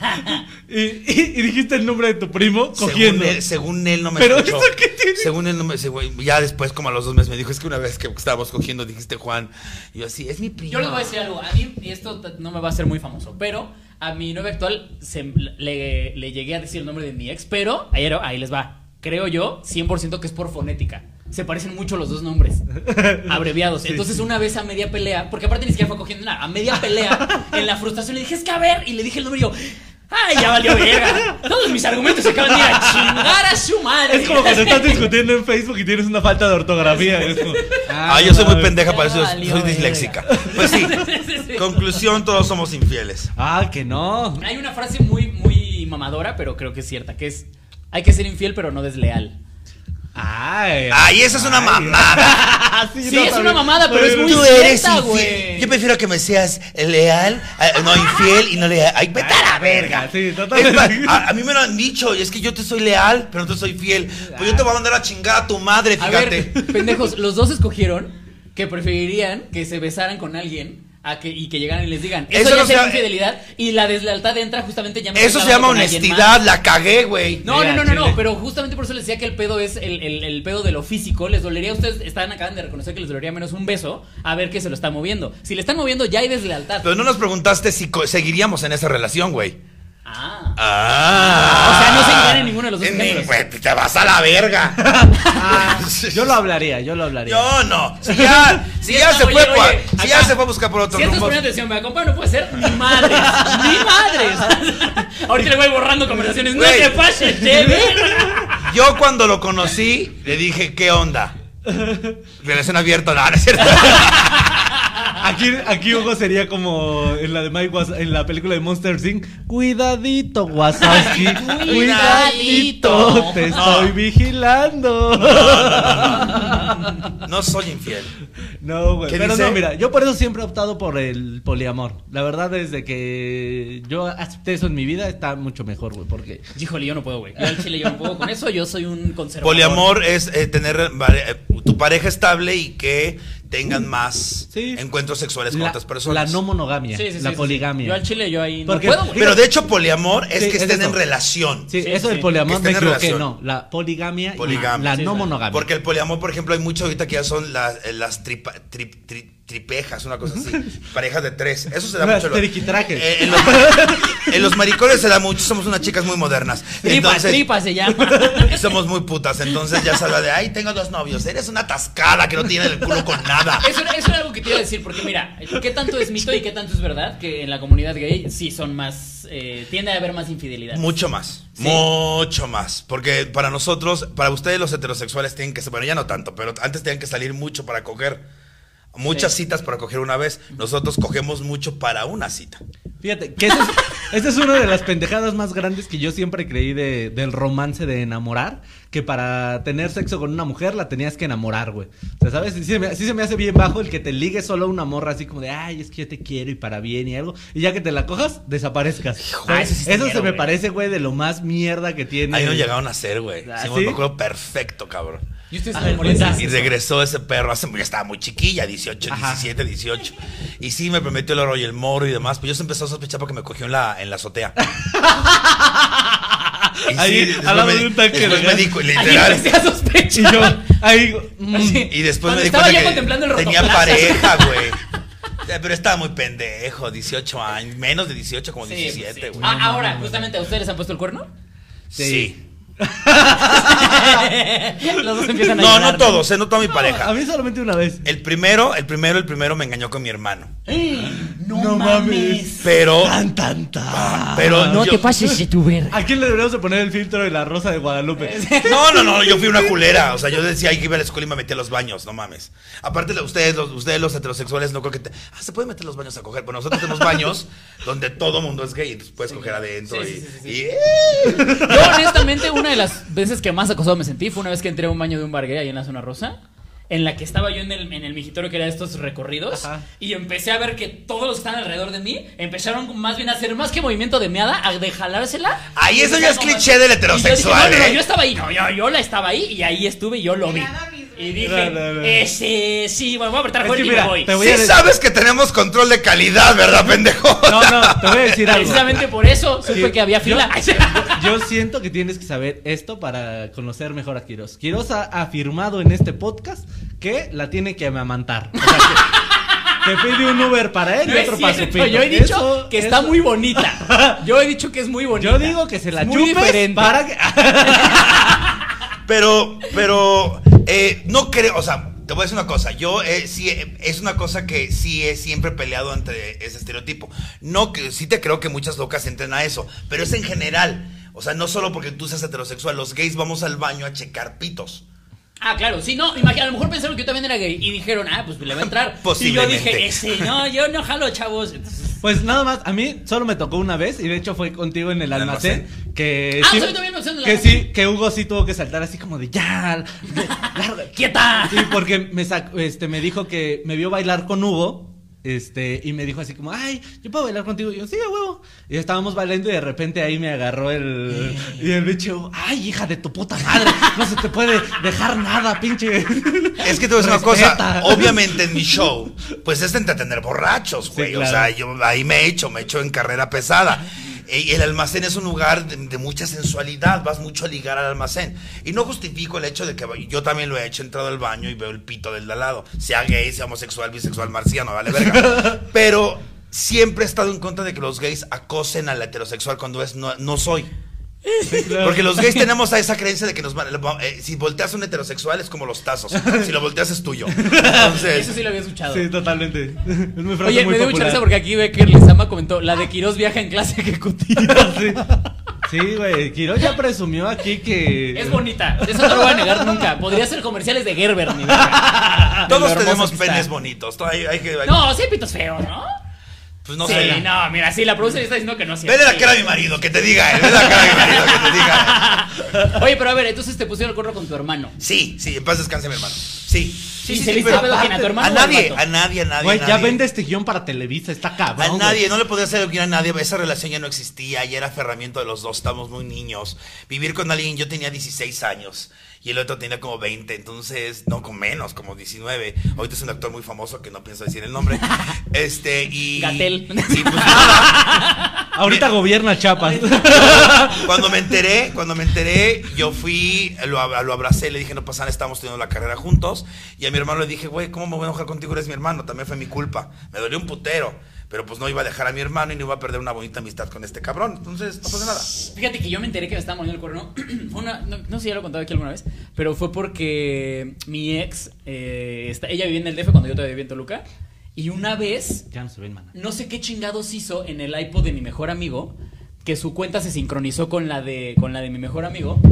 Speaker 1: Y, y- y dijiste el nombre de tu primo, cogiendo.
Speaker 3: Según él, según él no me
Speaker 1: Pero
Speaker 3: escuchó.
Speaker 1: ¿eso qué tiene?
Speaker 3: Según él no me, ese güey, ya después como a los dos meses me dijo, es que una vez que estábamos cogiendo dijiste Juan. Y yo así, es mi primo.
Speaker 2: Yo les voy a decir algo, a mí, y esto t- no me va a hacer muy famoso, pero a mi novia actual se, le, le llegué a decir el nombre de mi ex, pero ayer, ahí les va. Creo yo, cien por ciento que es por fonética. Se parecen mucho los dos nombres, abreviados. Entonces una vez a media pelea, porque aparte ni siquiera fue cogiendo nada, a media pelea, en la frustración le dije, es que a ver, y le dije el nombre y yo, ay, ya valió verga. Todos mis argumentos se acaban de ir a chingar a su madre.
Speaker 1: Es como cuando estás discutiendo en Facebook y tienes una falta de ortografía. Es como,
Speaker 3: Ah, yo soy muy
Speaker 1: mames.
Speaker 3: pendeja
Speaker 2: Ya
Speaker 3: para eso,
Speaker 2: valió
Speaker 3: soy
Speaker 2: verga.
Speaker 3: disléxica. Pues sí,
Speaker 2: Sí, sí, sí.
Speaker 3: conclusión, todos somos infieles.
Speaker 1: Ah, que no.
Speaker 2: Hay una frase muy, muy mamadora, pero creo que es cierta, que es, hay que ser infiel pero no desleal.
Speaker 1: Ay,
Speaker 3: Ay, esa es una
Speaker 1: ay.
Speaker 3: mamada.
Speaker 2: Sí, es una mamada, pero es muy
Speaker 3: Tú eres
Speaker 2: cierta,
Speaker 3: infiel.
Speaker 2: güey.
Speaker 3: Yo prefiero que me seas leal, eh, no infiel y no leal. Ay, vete a la verga.
Speaker 1: Sí,
Speaker 3: Es
Speaker 1: totalmente.
Speaker 3: más, a, a mí me lo han dicho, y es que yo te soy leal, pero no te soy fiel. Pues yo te voy a mandar a chingar a tu madre,
Speaker 2: A
Speaker 3: fíjate.
Speaker 2: ver, pendejos, los dos escogieron que preferirían que se besaran con alguien a que, y que llegaran y les digan, eso,
Speaker 3: Eso
Speaker 2: ya
Speaker 3: no
Speaker 2: es
Speaker 3: se llama-
Speaker 2: infidelidad, y la deslealtad entra justamente ya me
Speaker 3: Eso
Speaker 2: estoy
Speaker 3: se llama
Speaker 2: clavando con alguien
Speaker 3: honestidad,
Speaker 2: más.
Speaker 3: la cagué, güey.
Speaker 2: No, no,
Speaker 1: Mira,
Speaker 2: no, no, no,
Speaker 1: Chile.
Speaker 2: pero justamente por eso les decía que el pedo es el, el, el pedo de lo físico. Les dolería a ustedes, están acaban de reconocer que les dolería menos un beso a ver que se lo está moviendo. Si le están moviendo, ya hay deslealtad.
Speaker 3: Pero no nos preguntaste si co- seguiríamos en esa relación, güey.
Speaker 2: Ah.
Speaker 3: Ah.
Speaker 2: O sea, no se engañan en ninguno de los dos
Speaker 3: En mi-
Speaker 2: ejemplos.
Speaker 3: güey, te vas a la verga.
Speaker 1: Ah, yo lo hablaría, yo lo hablaría.
Speaker 3: Yo no. Si ya, si ya
Speaker 2: está,
Speaker 3: se
Speaker 2: oye,
Speaker 3: fue,
Speaker 2: oye,
Speaker 3: por- si ya
Speaker 2: acá.
Speaker 3: se fue a buscar por otro
Speaker 2: Si estás
Speaker 3: rumbo.
Speaker 2: poniendo atención, me compa, no puede ser ni madres, ni madres. Ahorita le voy borrando conversaciones. No
Speaker 3: Güey.
Speaker 2: te pases de verga.
Speaker 3: Yo cuando lo conocí, le dije, ¿qué onda? Relación abierta, no, no es cierto.
Speaker 1: Aquí, aquí Hugo sería como en la de Mike Was- en la película de Monster inc Cuidadito, Wazowski. Cuidadito. Te estoy vigilando.
Speaker 3: No soy infiel.
Speaker 1: No, güey.
Speaker 3: ¿Qué
Speaker 1: Pero
Speaker 3: dice?
Speaker 1: no, mira, yo por eso siempre he optado por el poliamor. La verdad, desde que yo acepté eso en mi vida, está mucho mejor, güey. Porque
Speaker 2: Híjole, yo no puedo, güey. Yo al chile yo no puedo con eso. Yo soy un conservador.
Speaker 3: Poliamor es eh, tener vare- eh, tu pareja estable y que tengan más
Speaker 1: sí.
Speaker 3: encuentros sexuales con
Speaker 1: la,
Speaker 3: otras personas.
Speaker 1: La no monogamia,
Speaker 2: sí, sí,
Speaker 1: la
Speaker 2: sí,
Speaker 1: poligamia.
Speaker 2: Sí. Yo al chile, yo ahí
Speaker 1: Porque,
Speaker 2: no puedo, güey.
Speaker 3: Pero de hecho poliamor es
Speaker 1: sí,
Speaker 3: que
Speaker 1: es
Speaker 3: estén
Speaker 1: eso.
Speaker 3: en relación.
Speaker 1: Sí,
Speaker 2: Sí,
Speaker 1: eso
Speaker 2: sí.
Speaker 1: del poliamor
Speaker 3: Que
Speaker 1: me
Speaker 3: estén en
Speaker 1: equivoqué,
Speaker 3: relación.
Speaker 1: no. La poligamia,
Speaker 3: Poligamia.
Speaker 1: y la
Speaker 2: Sí,
Speaker 1: no
Speaker 2: sí.
Speaker 1: monogamia.
Speaker 3: Porque el poliamor, por ejemplo, hay mucho ahorita que ya son las, las tripa, tri, tri, tripejas, una cosa así. Parejas de tres. Eso se da
Speaker 1: Las
Speaker 3: mucho.
Speaker 1: triquitraques.
Speaker 3: Eh, en, los, en los maricones se da mucho. Somos unas chicas muy modernas.
Speaker 2: Tripas,
Speaker 3: Entonces,
Speaker 2: tripas se llama.
Speaker 3: y somos muy putas. Entonces ya se habla de, ay, tengo dos novios. Eres una tascada que no tiene el culo con nada.
Speaker 2: Eso, eso era algo que te iba a decir, porque mira, ¿qué tanto es mito y qué tanto es verdad? Que en la comunidad gay sí son más, eh, tiende a haber más infidelidad.
Speaker 3: Mucho más,
Speaker 2: Sí.
Speaker 3: mucho más. Porque para nosotros, para ustedes los heterosexuales tienen que, bueno, ya no tanto, pero antes tenían que salir mucho para coger. Muchas
Speaker 2: Sí.
Speaker 3: citas para coger una vez. Nosotros cogemos mucho para una cita.
Speaker 1: Fíjate, que esa es, esa es una de las pendejadas más grandes que yo siempre creí de, del romance de enamorar. Que para tener sexo con una mujer la tenías que enamorar, güey. O sea, ¿sabes? Sí se, me, sí se me hace bien bajo el que te ligue solo a una morra así como de, ay, es que yo te quiero y para bien y algo. Y ya que te la cojas, desaparezcas.
Speaker 2: Ah, eso sí está
Speaker 1: eso
Speaker 2: miedo,
Speaker 1: se me
Speaker 2: güey.
Speaker 1: parece, güey, de lo más mierda que tiene.
Speaker 3: Ahí no llegaron a ser, güey.
Speaker 1: ¿Ah,
Speaker 3: Hicimos,
Speaker 1: sí?
Speaker 3: me acuerdo perfecto, cabrón.
Speaker 2: Y ustedes
Speaker 1: A
Speaker 2: se
Speaker 1: ver,
Speaker 2: memorizan.
Speaker 1: cuenta.
Speaker 3: Y regresó ese perro, hace, ya estaba muy chiquilla, dieciocho,
Speaker 1: Ajá.
Speaker 3: diecisiete, dieciocho. Y sí, me prometió el oro y el moro y demás. Pues yo se empezó a sospechar porque me cogió en la, en la azotea. Y
Speaker 1: Ahí,
Speaker 3: después
Speaker 1: al lado
Speaker 3: me
Speaker 1: de
Speaker 3: di-
Speaker 1: un tanque de
Speaker 3: después me
Speaker 1: gas.
Speaker 3: di cu-
Speaker 2: Ahí
Speaker 3: literal.
Speaker 2: empecé a
Speaker 1: Y
Speaker 2: sospechar.
Speaker 1: yo, ahí, mm,
Speaker 2: Así.
Speaker 3: Y después
Speaker 2: Cuando
Speaker 3: me di
Speaker 2: estaba
Speaker 3: cuenta
Speaker 2: ya
Speaker 3: que
Speaker 2: contemplando el
Speaker 3: tenía
Speaker 2: rotoplaza.
Speaker 3: pareja, güey. Eh, Pero estaba muy pendejo, dieciocho años, menos de dieciocho, como
Speaker 2: Sí,
Speaker 3: diecisiete,
Speaker 2: sí.
Speaker 3: güey.
Speaker 2: Ah, ahora, justamente, ¿a ustedes les han puesto el cuerno?
Speaker 3: Sí.
Speaker 2: Los dos empiezan a
Speaker 3: No,
Speaker 2: llorar.
Speaker 3: no todos, eh, no toda mi
Speaker 1: a
Speaker 3: pareja.
Speaker 1: mí solamente una vez.
Speaker 3: El primero, el primero, el primero me engañó con mi hermano.
Speaker 2: No,
Speaker 1: No
Speaker 2: mames.
Speaker 1: mames.
Speaker 3: Pero,
Speaker 1: Tan, tan, tan.
Speaker 3: pero
Speaker 2: No
Speaker 3: yo-
Speaker 2: te pases de tu verga.
Speaker 1: ¿A quién le deberíamos de poner el filtro de la rosa de Guadalupe?
Speaker 3: No, no, no, yo fui una culera. O sea, yo decía que iba a la escuela y me metía a los baños, no mames. Aparte, de ustedes, los, ustedes los heterosexuales, no creo que te. Ah, se puede meter los baños a coger. Bueno, nosotros tenemos baños donde todo mundo es gay, entonces puedes coger adentro
Speaker 2: Sí,
Speaker 3: y.
Speaker 2: sí, sí, sí.
Speaker 3: y, ¡eh!
Speaker 2: Yo, honestamente, una de las veces que más acosado me sentí fue una vez que entré a un baño de un bar gay ahí en la zona rosa. En la que estaba yo en el, en el migitorio que era de estos recorridos.
Speaker 1: Ajá.
Speaker 2: Y empecé a ver que todos los que están alrededor de mí empezaron más bien a hacer más que movimiento de meada, a de jalársela.
Speaker 3: Ahí
Speaker 2: Y
Speaker 3: eso
Speaker 2: empezaron
Speaker 3: ya es
Speaker 2: como a-
Speaker 3: cliché del
Speaker 2: Y yo dije,
Speaker 3: heterosexual,
Speaker 2: no, no, no,
Speaker 3: ¿eh?
Speaker 2: yo estaba ahí, no, yo, yo la estaba ahí y ahí estuve y yo lo vi. Y dije,
Speaker 1: No, no, no.
Speaker 2: ese, sí, bueno, voy a apretar
Speaker 1: Es
Speaker 2: fuerte
Speaker 1: que
Speaker 2: y
Speaker 1: mira,
Speaker 2: me voy.
Speaker 1: te voy
Speaker 3: Sí
Speaker 1: a de-
Speaker 3: sabes que tenemos control de calidad, ¿verdad, pendejo?
Speaker 1: No, no, te voy a decir algo.
Speaker 2: Precisamente por eso supe
Speaker 1: Sí,
Speaker 2: que había
Speaker 1: yo-
Speaker 2: fila.
Speaker 1: Yo siento que tienes que saber esto para conocer mejor a Quiroz. Quiroz ha afirmado en este podcast que la tiene que amamantar. O sea, que, que pide un Uber para él
Speaker 2: No
Speaker 1: y
Speaker 2: es
Speaker 1: otro para su
Speaker 2: cierto,
Speaker 1: pito.
Speaker 2: yo he dicho
Speaker 1: Eso-
Speaker 2: que está
Speaker 1: eso-
Speaker 2: muy bonita. Yo he dicho que es muy bonita.
Speaker 1: Yo digo que se la
Speaker 2: Es muy
Speaker 1: chupes
Speaker 2: diferente.
Speaker 1: para que...
Speaker 3: Pero, pero, eh, no creo, o sea, te voy a decir una cosa. Yo eh, sí, eh, es una cosa que sí he siempre peleado ante ese estereotipo. No, que sí te creo que muchas locas entren a eso, pero es en general. O sea, no solo porque tú seas heterosexual, los gays vamos al baño a checar pitos.
Speaker 2: Ah, claro, sí, no, imagina, a lo mejor pensaron que yo también era gay y dijeron, ah, pues le va a entrar. Y yo
Speaker 3: Posiblemente.
Speaker 2: dije, ese, no, yo no jalo, chavos. Entonces,
Speaker 1: Pues nada más, a mí solo me tocó una vez y de hecho fue contigo en el
Speaker 3: ¿El
Speaker 1: almacén, que
Speaker 2: Ah,
Speaker 1: sí,
Speaker 2: o sea, yo también me usé en el
Speaker 1: que
Speaker 2: almacén.
Speaker 1: sí, que Hugo sí tuvo que saltar así como de ya, de- larga,
Speaker 2: ¡quieta!
Speaker 1: sí, porque me sacó, este, me dijo que me vio bailar con Hugo, este, y me dijo así como, ay, yo puedo bailar contigo, y yo, sí, a huevo, y estábamos bailando y de repente ahí me agarró el, y el bicho, ay, hija de tu puta madre, no se te puede dejar nada, pinche.
Speaker 3: Es que te voy a decir una
Speaker 1: Respeta.
Speaker 3: cosa, obviamente en mi show, pues es de entretener borrachos,
Speaker 1: Sí,
Speaker 3: güey.
Speaker 1: claro.
Speaker 3: O sea, yo ahí me he hecho, me he hecho en carrera pesada. Y el almacén es un lugar de, de mucha sensualidad, vas mucho a ligar al almacén. Y no justifico el hecho de que yo también lo he hecho, he entrado al baño y veo el pito del de al lado. Sea gay, sea homosexual, bisexual, marciano, vale verga. Pero siempre he estado en contra de que los gays acosen al heterosexual cuando es no, no soy.
Speaker 1: Claro.
Speaker 3: Porque los gays tenemos a esa creencia de que nos van, eh, si volteas a un heterosexual es como los tazos. Si lo volteas es tuyo. Entonces,
Speaker 2: Eso sí lo había escuchado.
Speaker 1: Sí, totalmente. Es mi frase
Speaker 2: Oye,
Speaker 1: muy
Speaker 2: me dio mucha
Speaker 1: popular.
Speaker 2: risa porque aquí Becker Lezama comentó, la de Quiroz viaja en clase ejecutiva.
Speaker 1: Sí. Sí, güey, Quiroz ya presumió aquí que...
Speaker 2: Es bonita, eso no lo voy a negar nunca. Podría ser comerciales de Gerber, mi verga. De lo
Speaker 3: todos
Speaker 2: hermoso
Speaker 3: tenemos
Speaker 2: que está.
Speaker 3: penes bonitos. todo- Hay, hay que, hay-
Speaker 2: No, sí hay pitos feos, ¿no?
Speaker 3: pues no
Speaker 2: sí,
Speaker 3: sé.
Speaker 2: no, mira, sí, la producer está diciendo que no. Sí,
Speaker 3: Vele la
Speaker 2: sí.
Speaker 3: cara a mi marido, que te diga él. Vele la cara a mi marido, que te diga él.
Speaker 2: Oye, pero a ver, entonces te pusieron el corro con tu hermano.
Speaker 3: Sí, sí, en paz descanse mi hermano. Sí.
Speaker 2: Sí, sí, ¿se viste pedo quién? ¿A tu hermano?
Speaker 3: A nadie, a nadie, a nadie.
Speaker 1: Güey,
Speaker 3: a
Speaker 1: ya
Speaker 3: nadie.
Speaker 1: vende este guión para Televisa, está cabrón.
Speaker 3: A nadie, no le podía hacer guión a nadie. Esa relación ya no existía, ya era aferramiento de los dos, estábamos muy niños. Vivir con alguien, yo tenía dieciséis años. Y el otro tenía como veinte, entonces, no, con menos, como diecinueve. Ahorita es un actor muy famoso que no pienso decir el nombre. Este, y.
Speaker 2: Gatell.
Speaker 3: Y pues nada.
Speaker 1: Ahorita
Speaker 3: me,
Speaker 1: gobierna Chiapas.
Speaker 3: Cuando me enteré, cuando me enteré, yo fui, lo, lo abracé, le dije, no pasa nada, estábamos teniendo la carrera juntos. Y a mi hermano le dije, güey, ¿cómo me voy a enojar contigo? Eres mi hermano, también fue mi culpa. Me dolió un putero. Pero pues no iba a dejar a mi hermano y no iba a perder una bonita amistad con este cabrón. Entonces, no pasa nada.
Speaker 2: Fíjate que yo me enteré que me estaba muriendo el cuerno. Fue una, no, no sé si ya lo he contado aquí alguna vez, pero fue porque mi ex, eh, está, ella vivía en el D F cuando yo todavía vivía en Toluca. Y una vez,
Speaker 1: Ya no se ven, mana.
Speaker 2: no sé qué chingados hizo en el iPod de mi mejor amigo, que su cuenta se sincronizó con la de, con la de mi mejor amigo.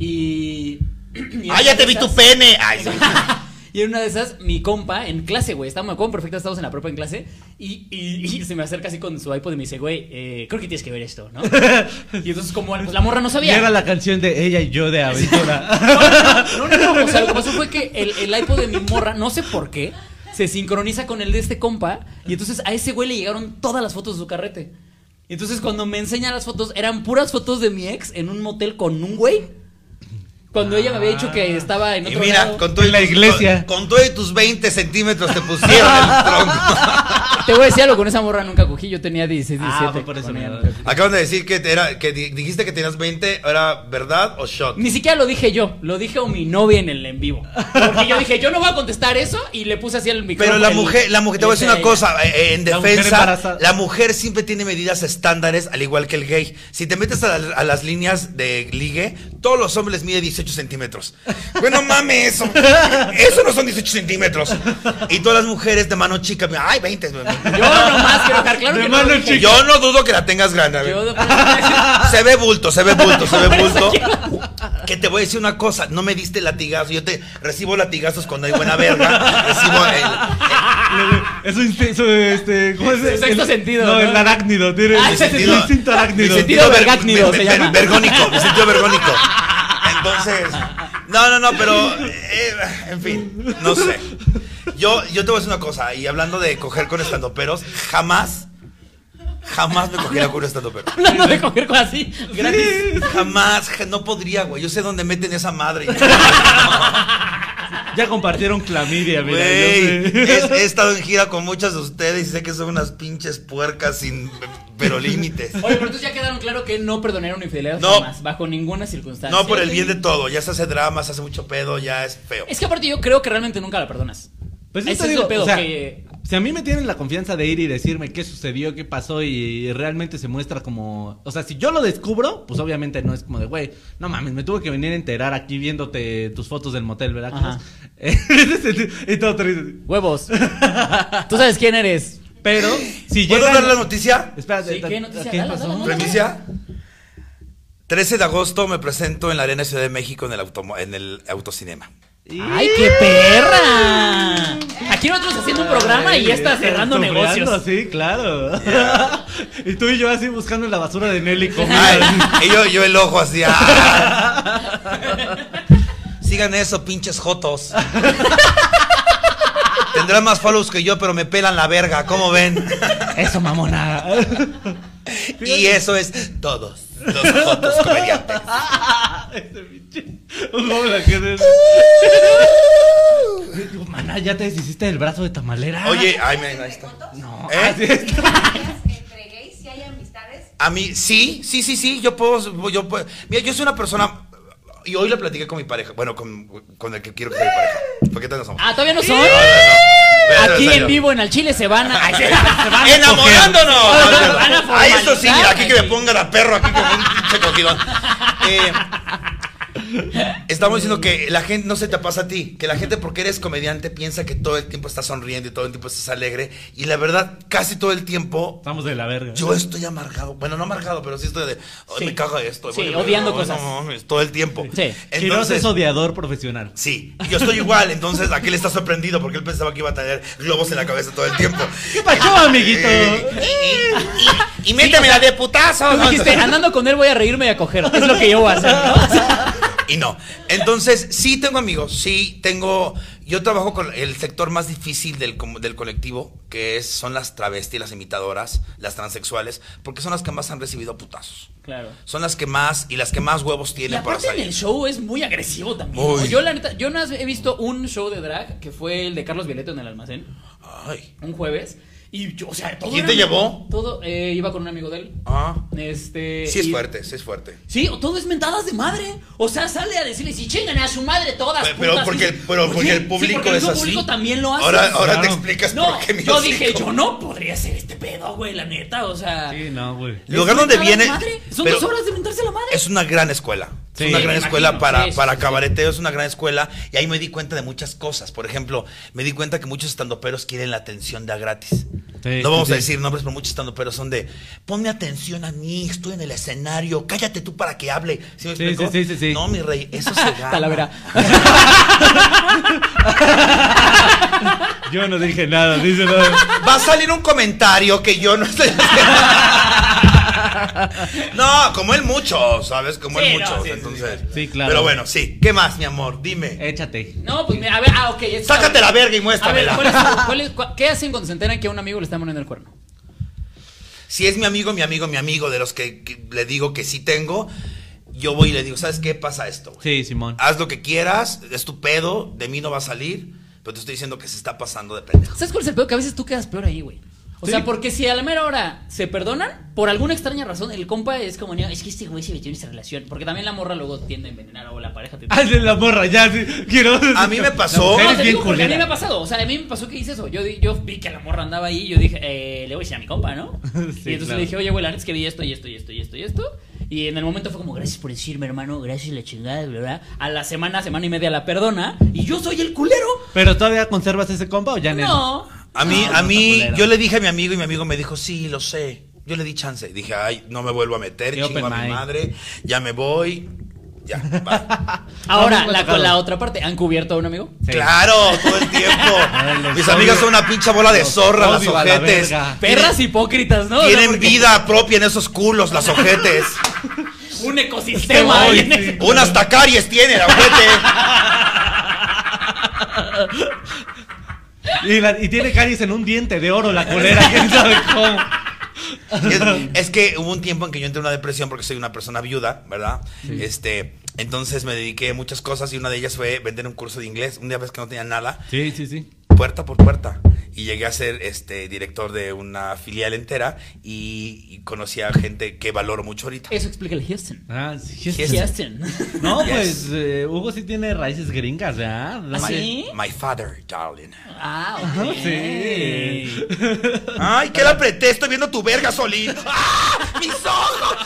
Speaker 2: Y... y
Speaker 3: ¡Ah, ya te vi tu pene! ¡Ay, sí!
Speaker 2: Y en una de esas, mi compa, en clase, güey, estábamos como perfecto, estábamos en la propia en clase, y, y, y se me acerca así con su iPod y me dice, güey, eh, creo que tienes que ver esto, ¿no? Y entonces como pues, la morra no sabía.
Speaker 1: Llega la canción de Ella y Yo de Aventura.
Speaker 2: No, no, no, no, o sea, lo que pasó fue que el, el iPod de mi morra, no sé por qué, se sincroniza con el de este compa, y entonces a ese güey le llegaron todas las fotos de su carrete. Y entonces cuando me enseña las fotos, eran puras fotos de mi ex en un motel con un güey. Cuando ella me había dicho que estaba en
Speaker 3: Y
Speaker 2: otro
Speaker 3: mira,
Speaker 2: lado.
Speaker 3: con todo
Speaker 1: En la iglesia.
Speaker 3: Con, con todo y tus veinte centímetros te pusieron el tronco.
Speaker 2: Te voy a decir algo, con esa morra nunca cogí, yo tenía dieciséis,
Speaker 1: Ah,
Speaker 2: diecisiete.
Speaker 1: fue por eso,
Speaker 2: con ella
Speaker 1: mira.
Speaker 2: nunca cogí.
Speaker 3: Acaban de decir que, te era, que di- dijiste que tenías veinte, ¿era verdad o shot?
Speaker 2: Ni siquiera lo dije yo, lo dijo mi novia en el en vivo. Porque yo dije, yo no voy a contestar eso y le puse así el micrófono.
Speaker 3: Pero la
Speaker 2: el-
Speaker 3: mujer, la mujer, te voy a decir
Speaker 2: ese
Speaker 3: una
Speaker 2: ella.
Speaker 3: cosa, eh, en
Speaker 1: La mujer
Speaker 3: defensa,
Speaker 1: embarazada.
Speaker 3: la mujer siempre tiene medidas estándares, al igual que el gay. Si te metes a, la- a las líneas de ligue, todos los hombres miden dieciocho centímetros. Bueno, mames, eso, eso no son dieciocho centímetros. Y todas las mujeres de mano chica, ay, veinte.
Speaker 2: Yo nomás quiero dejar claro
Speaker 1: De
Speaker 2: que
Speaker 1: mano
Speaker 2: no lo dije.
Speaker 1: chica.
Speaker 3: Yo no dudo que la tengas grande. A ver.
Speaker 2: Yo-
Speaker 3: Se ve bulto, se ve bulto, se ve
Speaker 2: Por eso
Speaker 3: bulto.
Speaker 2: quiero-
Speaker 3: Que te voy a decir una cosa, no me diste latigazo. Yo te recibo latigazos cuando hay buena verga. Recibo el,
Speaker 1: Es un instinto, este, ¿cómo es?
Speaker 2: Su sexto
Speaker 1: El-
Speaker 2: sentido,
Speaker 1: No,
Speaker 2: ¿no?
Speaker 1: el arácnido, tiene
Speaker 2: Ah,
Speaker 1: el
Speaker 2: ese
Speaker 1: instinto,
Speaker 2: sentido-
Speaker 1: el instinto arácnido.
Speaker 3: mi
Speaker 2: sentido
Speaker 3: ver-
Speaker 2: vergácnido
Speaker 3: ver-
Speaker 2: se
Speaker 3: ver-
Speaker 2: llama.
Speaker 3: vergónico, mi sentido vergónico. Entonces, no, no, no, pero, eh, en fin, no sé. Yo, yo te voy a decir una cosa, y hablando de coger con estandoperos, jamás, jamás me cogería con un estandopero.
Speaker 2: Hablando de coger cosas así, gratis.
Speaker 3: Jamás, ja- no podría, güey. Yo sé dónde meten esa madre.
Speaker 1: Ya compartieron clamidia, mira.
Speaker 3: Güey,
Speaker 1: yo sé.
Speaker 3: he, he estado en gira con muchas de ustedes y sé que son unas pinches puercas sin pero límites.
Speaker 2: Oye, pero entonces ya quedaron claro que no perdonaron infidelidad
Speaker 3: No.
Speaker 2: jamás, bajo ninguna circunstancia.
Speaker 3: No, por el bien de todo. Ya se hace drama, se hace mucho pedo, ya es feo.
Speaker 2: Es que aparte yo creo que realmente nunca la perdonas.
Speaker 1: Pues
Speaker 2: Ese
Speaker 1: eso
Speaker 2: es
Speaker 1: digo,
Speaker 2: el pedo,
Speaker 1: o sea,
Speaker 2: que-
Speaker 1: si a mí me tienen la confianza de ir y decirme qué sucedió, qué pasó y realmente se muestra como, o sea, si yo lo descubro, pues obviamente no es como de, güey, no mames, me tuve que venir a enterar aquí viéndote tus fotos del motel, ¿verdad?
Speaker 2: Ajá.
Speaker 1: Y todo triste.
Speaker 2: Huevos. Tú sabes quién eres.
Speaker 1: Pero si
Speaker 3: ¿Puedo
Speaker 1: llegan...
Speaker 3: dar la noticia?
Speaker 1: Espérate,
Speaker 2: Sí, ¿qué noticia?
Speaker 1: ¿qué
Speaker 2: Dala,
Speaker 1: pasó?
Speaker 2: dala, dala.
Speaker 3: Premicia. trece de agosto me presento en la Arena Ciudad de México en el, automo- en el autocinema.
Speaker 2: ¡Ay, qué perra! Aquí nosotros haciendo un programa y ya está cerrando
Speaker 1: Sombreando,
Speaker 2: negocios.
Speaker 1: Sí, claro. Y tú y yo así buscando en la basura de Nelly comida.
Speaker 3: Ay, y yo, yo el ojo así. ah. Sigan eso, pinches jotos. Tendrán más follows que yo, pero me pelan la verga, ¿cómo ven?
Speaker 1: Eso, mamona.
Speaker 3: Y eso es todos los jotos comediantes.
Speaker 1: Ese pinche. Un joven la que es- Digo, Mana, ya te deshiciste del brazo de tamalera.
Speaker 3: Oye, ay, mira, ahí está.
Speaker 1: No,
Speaker 3: ¿Eh?
Speaker 1: así es.
Speaker 4: Entre gays, si hay amistades.
Speaker 3: A mí, sí, sí, sí, sí, yo puedo, yo puedo. Mira, yo soy una persona, y hoy la platiqué con mi pareja, bueno, con, con el que quiero que sea mi pareja. ¿Por qué tal no somos?
Speaker 2: Ah, ¿todavía no son?
Speaker 3: No, no, no.
Speaker 2: Aquí
Speaker 3: Pero,
Speaker 2: en vivo en Al Chile se van a... Ay, se, se van a
Speaker 3: ¡Enamorándonos!
Speaker 2: coger. Se van a
Speaker 3: Ay, esto sí, mira, aquí que me
Speaker 2: formalizar.
Speaker 3: pongan a perro aquí con un pinche cogidón. Eh, estamos diciendo que la gente, no se te pasa a ti, que la gente porque eres comediante piensa que todo el tiempo estás sonriendo y todo el tiempo estás alegre. Y la verdad, casi todo el tiempo
Speaker 1: Estamos de la verga.
Speaker 3: yo estoy amargado. Bueno, no amargado, pero sí estoy de, ay,
Speaker 2: Sí.
Speaker 3: me caga esto.
Speaker 2: Sí,
Speaker 3: Ay,
Speaker 2: odiando
Speaker 3: no,
Speaker 2: cosas.
Speaker 3: no mames, todo el tiempo.
Speaker 2: Sí.
Speaker 1: Quiroz
Speaker 3: Entonces,
Speaker 1: es odiador profesional.
Speaker 3: sí, yo estoy igual, entonces aquel está sorprendido porque él pensaba que iba a tener globos en la cabeza todo el tiempo.
Speaker 1: ¿Qué pasó, amiguito?
Speaker 3: Y, y, y méteme la de putazo.
Speaker 2: Tú dijiste, andando con él voy a reírme y a coger. Es lo que yo voy a hacer, ¿no?
Speaker 3: Y no. Entonces, sí tengo amigos, sí tengo. Yo trabajo con el sector más difícil del, del colectivo, que es, son las travestis, las imitadoras, las transexuales, porque son las que más han recibido putazos.
Speaker 2: Claro.
Speaker 3: Son las que más y las que más huevos
Speaker 2: Y
Speaker 3: tienen para
Speaker 2: aparte en
Speaker 3: salir.
Speaker 2: el show es muy agresivo también.
Speaker 3: Muy.
Speaker 2: ¿no? Yo la neta, yo nada más he visto un show de drag que fue el de Carlos Violeto en el almacén,
Speaker 3: Ay.
Speaker 2: un jueves. Y yo, o sea, todo
Speaker 3: ¿Quién
Speaker 2: era
Speaker 3: te
Speaker 2: muy-
Speaker 3: llevó?
Speaker 2: Todo, eh, iba con un amigo de él.
Speaker 3: Ah.
Speaker 2: Este.
Speaker 3: Sí es
Speaker 2: y-
Speaker 3: fuerte, sí es fuerte.
Speaker 2: Sí, todo es mentadas de madre. O sea, sale a decirle, si chingan a su madre todas.
Speaker 3: Pero, pero
Speaker 2: putas".
Speaker 3: porque, el- pero
Speaker 2: Oye,
Speaker 3: porque el
Speaker 2: sí,
Speaker 3: público
Speaker 2: porque el
Speaker 3: es
Speaker 2: mismo
Speaker 3: así.
Speaker 2: público también lo hace.
Speaker 3: Ahora, ahora te
Speaker 1: Claro.
Speaker 3: explicas
Speaker 2: No,
Speaker 3: por qué mi
Speaker 2: yo
Speaker 3: hocico.
Speaker 2: dije, yo no podría ser este pedo, güey, la neta, o sea.
Speaker 1: Sí, no, güey.
Speaker 3: El lugar donde
Speaker 2: mentadas
Speaker 3: viene.
Speaker 2: madre. Son
Speaker 3: pero
Speaker 2: dos horas de mentarse la madre.
Speaker 3: Es una gran escuela.
Speaker 1: Sí,
Speaker 3: es una gran
Speaker 2: me
Speaker 3: escuela
Speaker 2: imagino,
Speaker 3: para,
Speaker 2: sí, sí,
Speaker 3: para
Speaker 2: sí.
Speaker 3: cabareteo, es una gran escuela. Y ahí me di cuenta de muchas cosas. Por ejemplo, me di cuenta que muchos estandoperos quieren la atención de a gratis.
Speaker 1: Sí,
Speaker 3: no vamos
Speaker 1: sí,
Speaker 3: a
Speaker 1: sí.
Speaker 3: decir nombres, pero muchos estandoperos son de ponme atención a mí, estoy en el escenario, cállate tú para que hable. ¿Sí me
Speaker 1: Sí,
Speaker 3: explico?
Speaker 1: sí, sí, sí, sí.
Speaker 3: No, mi rey, eso se gana.
Speaker 2: Talavera.
Speaker 1: Yo no dije nada, dice nada.
Speaker 3: Va a salir un comentario que yo no estoy No, como él mucho, ¿sabes? Como
Speaker 2: Sí,
Speaker 3: él
Speaker 2: no,
Speaker 3: mucho.
Speaker 2: sí, sí,
Speaker 3: entonces.
Speaker 1: sí, claro.
Speaker 3: Pero bueno, sí. ¿Qué más, mi amor? Dime.
Speaker 1: Échate.
Speaker 2: No, pues mira, a ver, ah, ok. esta-
Speaker 3: Sácate la verga y
Speaker 2: A ver,
Speaker 3: muéstramela.
Speaker 2: ¿cuál es su- cuál es- cua- ¿qué hacen cuando se enteran que a un amigo le están poniendo el cuerno?
Speaker 3: Si es mi amigo, mi amigo, mi amigo, de los que, que le digo que sí tengo, yo voy y le digo, ¿sabes qué pasa esto, güey?
Speaker 1: Sí, Simón.
Speaker 3: Haz lo que quieras, es tu pedo, de mí no va a salir, pero te estoy diciendo que se está pasando de pendejo.
Speaker 2: ¿Sabes cuál es el pedo? Que a veces tú quedas peor ahí, güey. O
Speaker 1: Sí.
Speaker 2: sea, porque si a la mera hora se perdonan, por alguna extraña razón, el compa es como, "No, es que este güey se metió en esa relación". Porque también la morra luego tiende a envenenar o la pareja te...
Speaker 1: Ah, de la morra, ya, sí. Quiero.
Speaker 3: A mí me pasó-
Speaker 1: La mujer
Speaker 2: No,
Speaker 1: es
Speaker 2: te
Speaker 1: bien
Speaker 2: digo porque a mí me ha
Speaker 1: culera.
Speaker 2: pasado, o sea, a mí me pasó que hice eso. Yo, di- yo vi que la morra andaba ahí y yo dije, eh, le voy a decir a mi compa, ¿no?
Speaker 1: Sí,
Speaker 2: y entonces
Speaker 1: claro.
Speaker 2: le dije, oye, güey, la neta es que vi esto y esto y esto y esto y esto. Y en el momento fue como, gracias por decirme, hermano, gracias la chingada, bla, bla. A la semana, semana y media la perdona y yo soy el culero.
Speaker 1: ¿Pero todavía conservas ese compa o ya no?
Speaker 2: No.
Speaker 3: A mí,
Speaker 1: No,
Speaker 3: a
Speaker 1: no,
Speaker 3: mí,
Speaker 1: culero.
Speaker 3: yo le dije a mi amigo y mi amigo me dijo, sí, lo sé. Yo le di chance. Dije, ay, no me vuelvo a meter,
Speaker 1: Qué
Speaker 3: chingo a
Speaker 1: open
Speaker 3: mi
Speaker 1: mind.
Speaker 3: madre, ya me voy. Ya, bye.
Speaker 2: Ahora,
Speaker 1: No, no,
Speaker 2: la,
Speaker 1: no,
Speaker 2: con
Speaker 1: no.
Speaker 2: la otra parte, ¿han cubierto a un amigo?
Speaker 1: Sí.
Speaker 3: Claro, todo el tiempo.
Speaker 1: Ay, los
Speaker 3: Mis
Speaker 1: odio.
Speaker 3: amigas son una pinche bola de
Speaker 1: Los
Speaker 3: zorra, las
Speaker 1: odio a la
Speaker 3: ojetes.
Speaker 1: verga.
Speaker 2: Perras hipócritas, ¿no? O sea,
Speaker 3: Tienen
Speaker 2: porque
Speaker 3: vida propia en esos culos, las ojetes.
Speaker 2: un ecosistema ahí en
Speaker 1: Ay,
Speaker 2: ese-
Speaker 1: sí.
Speaker 3: Unas tacaries tiene la ojete.
Speaker 1: Y, la- y tiene caries en un diente de oro, la culera, quién sabe cómo.
Speaker 3: Es, es que hubo un tiempo en que yo entré en una depresión porque soy una persona viuda, ¿verdad? Este, entonces me dediqué a muchas cosas y una de ellas fue vender un curso de inglés. Un día ves que no tenía nada,
Speaker 1: Sí, sí, sí.
Speaker 3: puerta por puerta. Y llegué a ser este director de una filial entera y, y conocí a gente que valoro mucho ahorita.
Speaker 2: Eso explica el Houston.
Speaker 1: Ah, sí, sí.
Speaker 2: Houston.
Speaker 1: No,
Speaker 3: Yes.
Speaker 1: pues eh, Hugo sí tiene raíces gringas, ¿verdad? No
Speaker 2: ¿Ah,
Speaker 1: sé.
Speaker 2: sí?
Speaker 3: My father, darling.
Speaker 2: Ah, ok.
Speaker 1: Sí.
Speaker 3: Ay, ¿qué le apreté? Estoy viendo tu verga, Solín. ¡Ah! ¡Mis ojos!